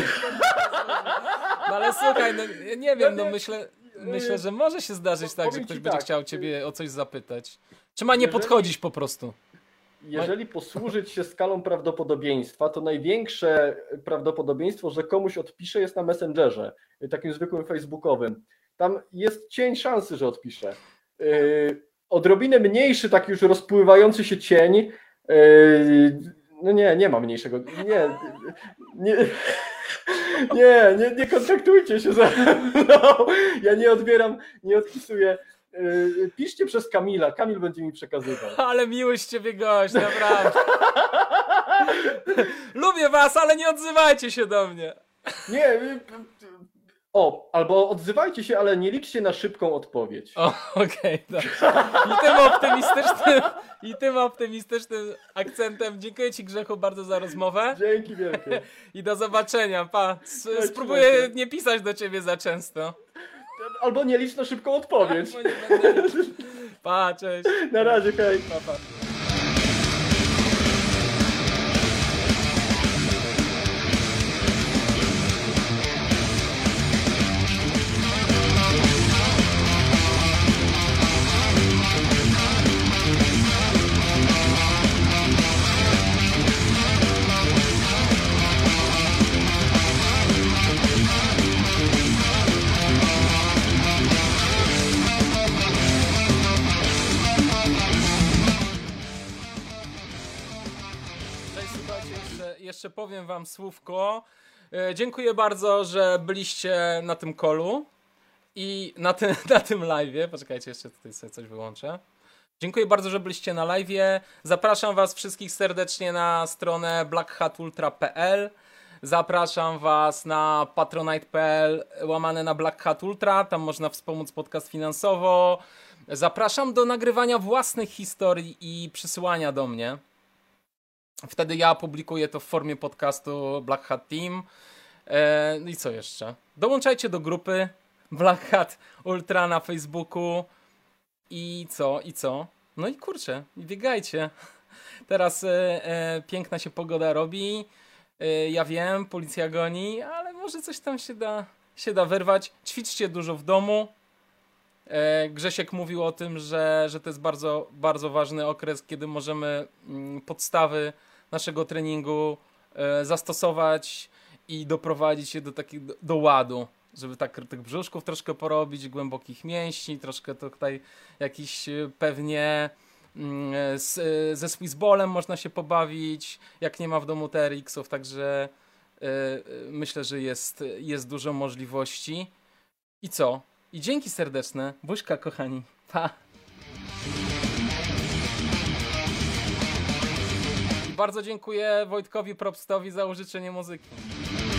No ale słuchaj, no, nie wiem, no myślę, myślę, że może się zdarzyć tak, że ktoś będzie chciał ciebie o coś zapytać. Czy ma nie podchodzić po prostu? Jeżeli posłużyć się skalą prawdopodobieństwa, to największe prawdopodobieństwo, że komuś odpiszę, jest na Messengerze, takim zwykłym facebookowym. Tam jest cień szansy, że odpiszę. Odrobinę mniejszy, tak już rozpływający się cień. No nie, nie ma mniejszego. Nie, nie, nie, nie, nie kontaktujcie się ze mną. Ja nie odbieram, nie odpisuję. Piszcie przez Kamila, Kamil będzie mi przekazywał. Ale miły z ciebie gość, naprawdę. Lubię was, ale nie odzywajcie się do mnie. Nie, o, albo odzywajcie się, ale nie liczcie na szybką odpowiedź. Okej, okay, I tym optymistycznym i tym optymistycznym akcentem dziękuję Ci, Grzechu, bardzo za rozmowę. Dzięki wielkie. I do zobaczenia, pa. Spróbuję nie pisać do Ciebie za często. Albo nie licz na szybką odpowiedź. Nie będę... Pa, cześć. Na razie, hej. Pa, pa. Jeszcze powiem wam słówko. Dziękuję bardzo, że byliście na tym callu i na, ty, na tym live'ie. Poczekajcie, jeszcze tutaj sobie coś wyłączę. Dziękuję bardzo, że byliście na live'ie. Zapraszam was wszystkich serdecznie na stronę black hat ultra kropka p l. Zapraszam was na patronite kropka p l łamane na Black Hat Ultra. Tam można wspomóc podcast finansowo. Zapraszam do nagrywania własnych historii i przysyłania do mnie. Wtedy ja publikuję to w formie podcastu Black Hat Team. Eee, I co jeszcze? Dołączajcie do grupy Black Hat Ultra na Facebooku. I co? I co? No i kurczę, biegajcie. Teraz e, e, piękna się pogoda robi. E, ja wiem, policja goni, ale może coś tam się da się da wyrwać. Ćwiczcie dużo w domu. Grzesiek mówił o tym, że, że to jest bardzo, bardzo ważny okres, kiedy możemy podstawy naszego treningu zastosować i doprowadzić je do takich, do, do ładu, żeby tak tych brzuszków troszkę porobić, głębokich mięśni, troszkę tutaj jakiś pewnie z, ze Swissballem można się pobawić, jak nie ma w domu T R X-ów, także myślę, że jest, jest dużo możliwości. I co? I dzięki serdeczne. Buźka, kochani. Pa! I bardzo dziękuję Wojtkowi Probstowi za użyczenie muzyki.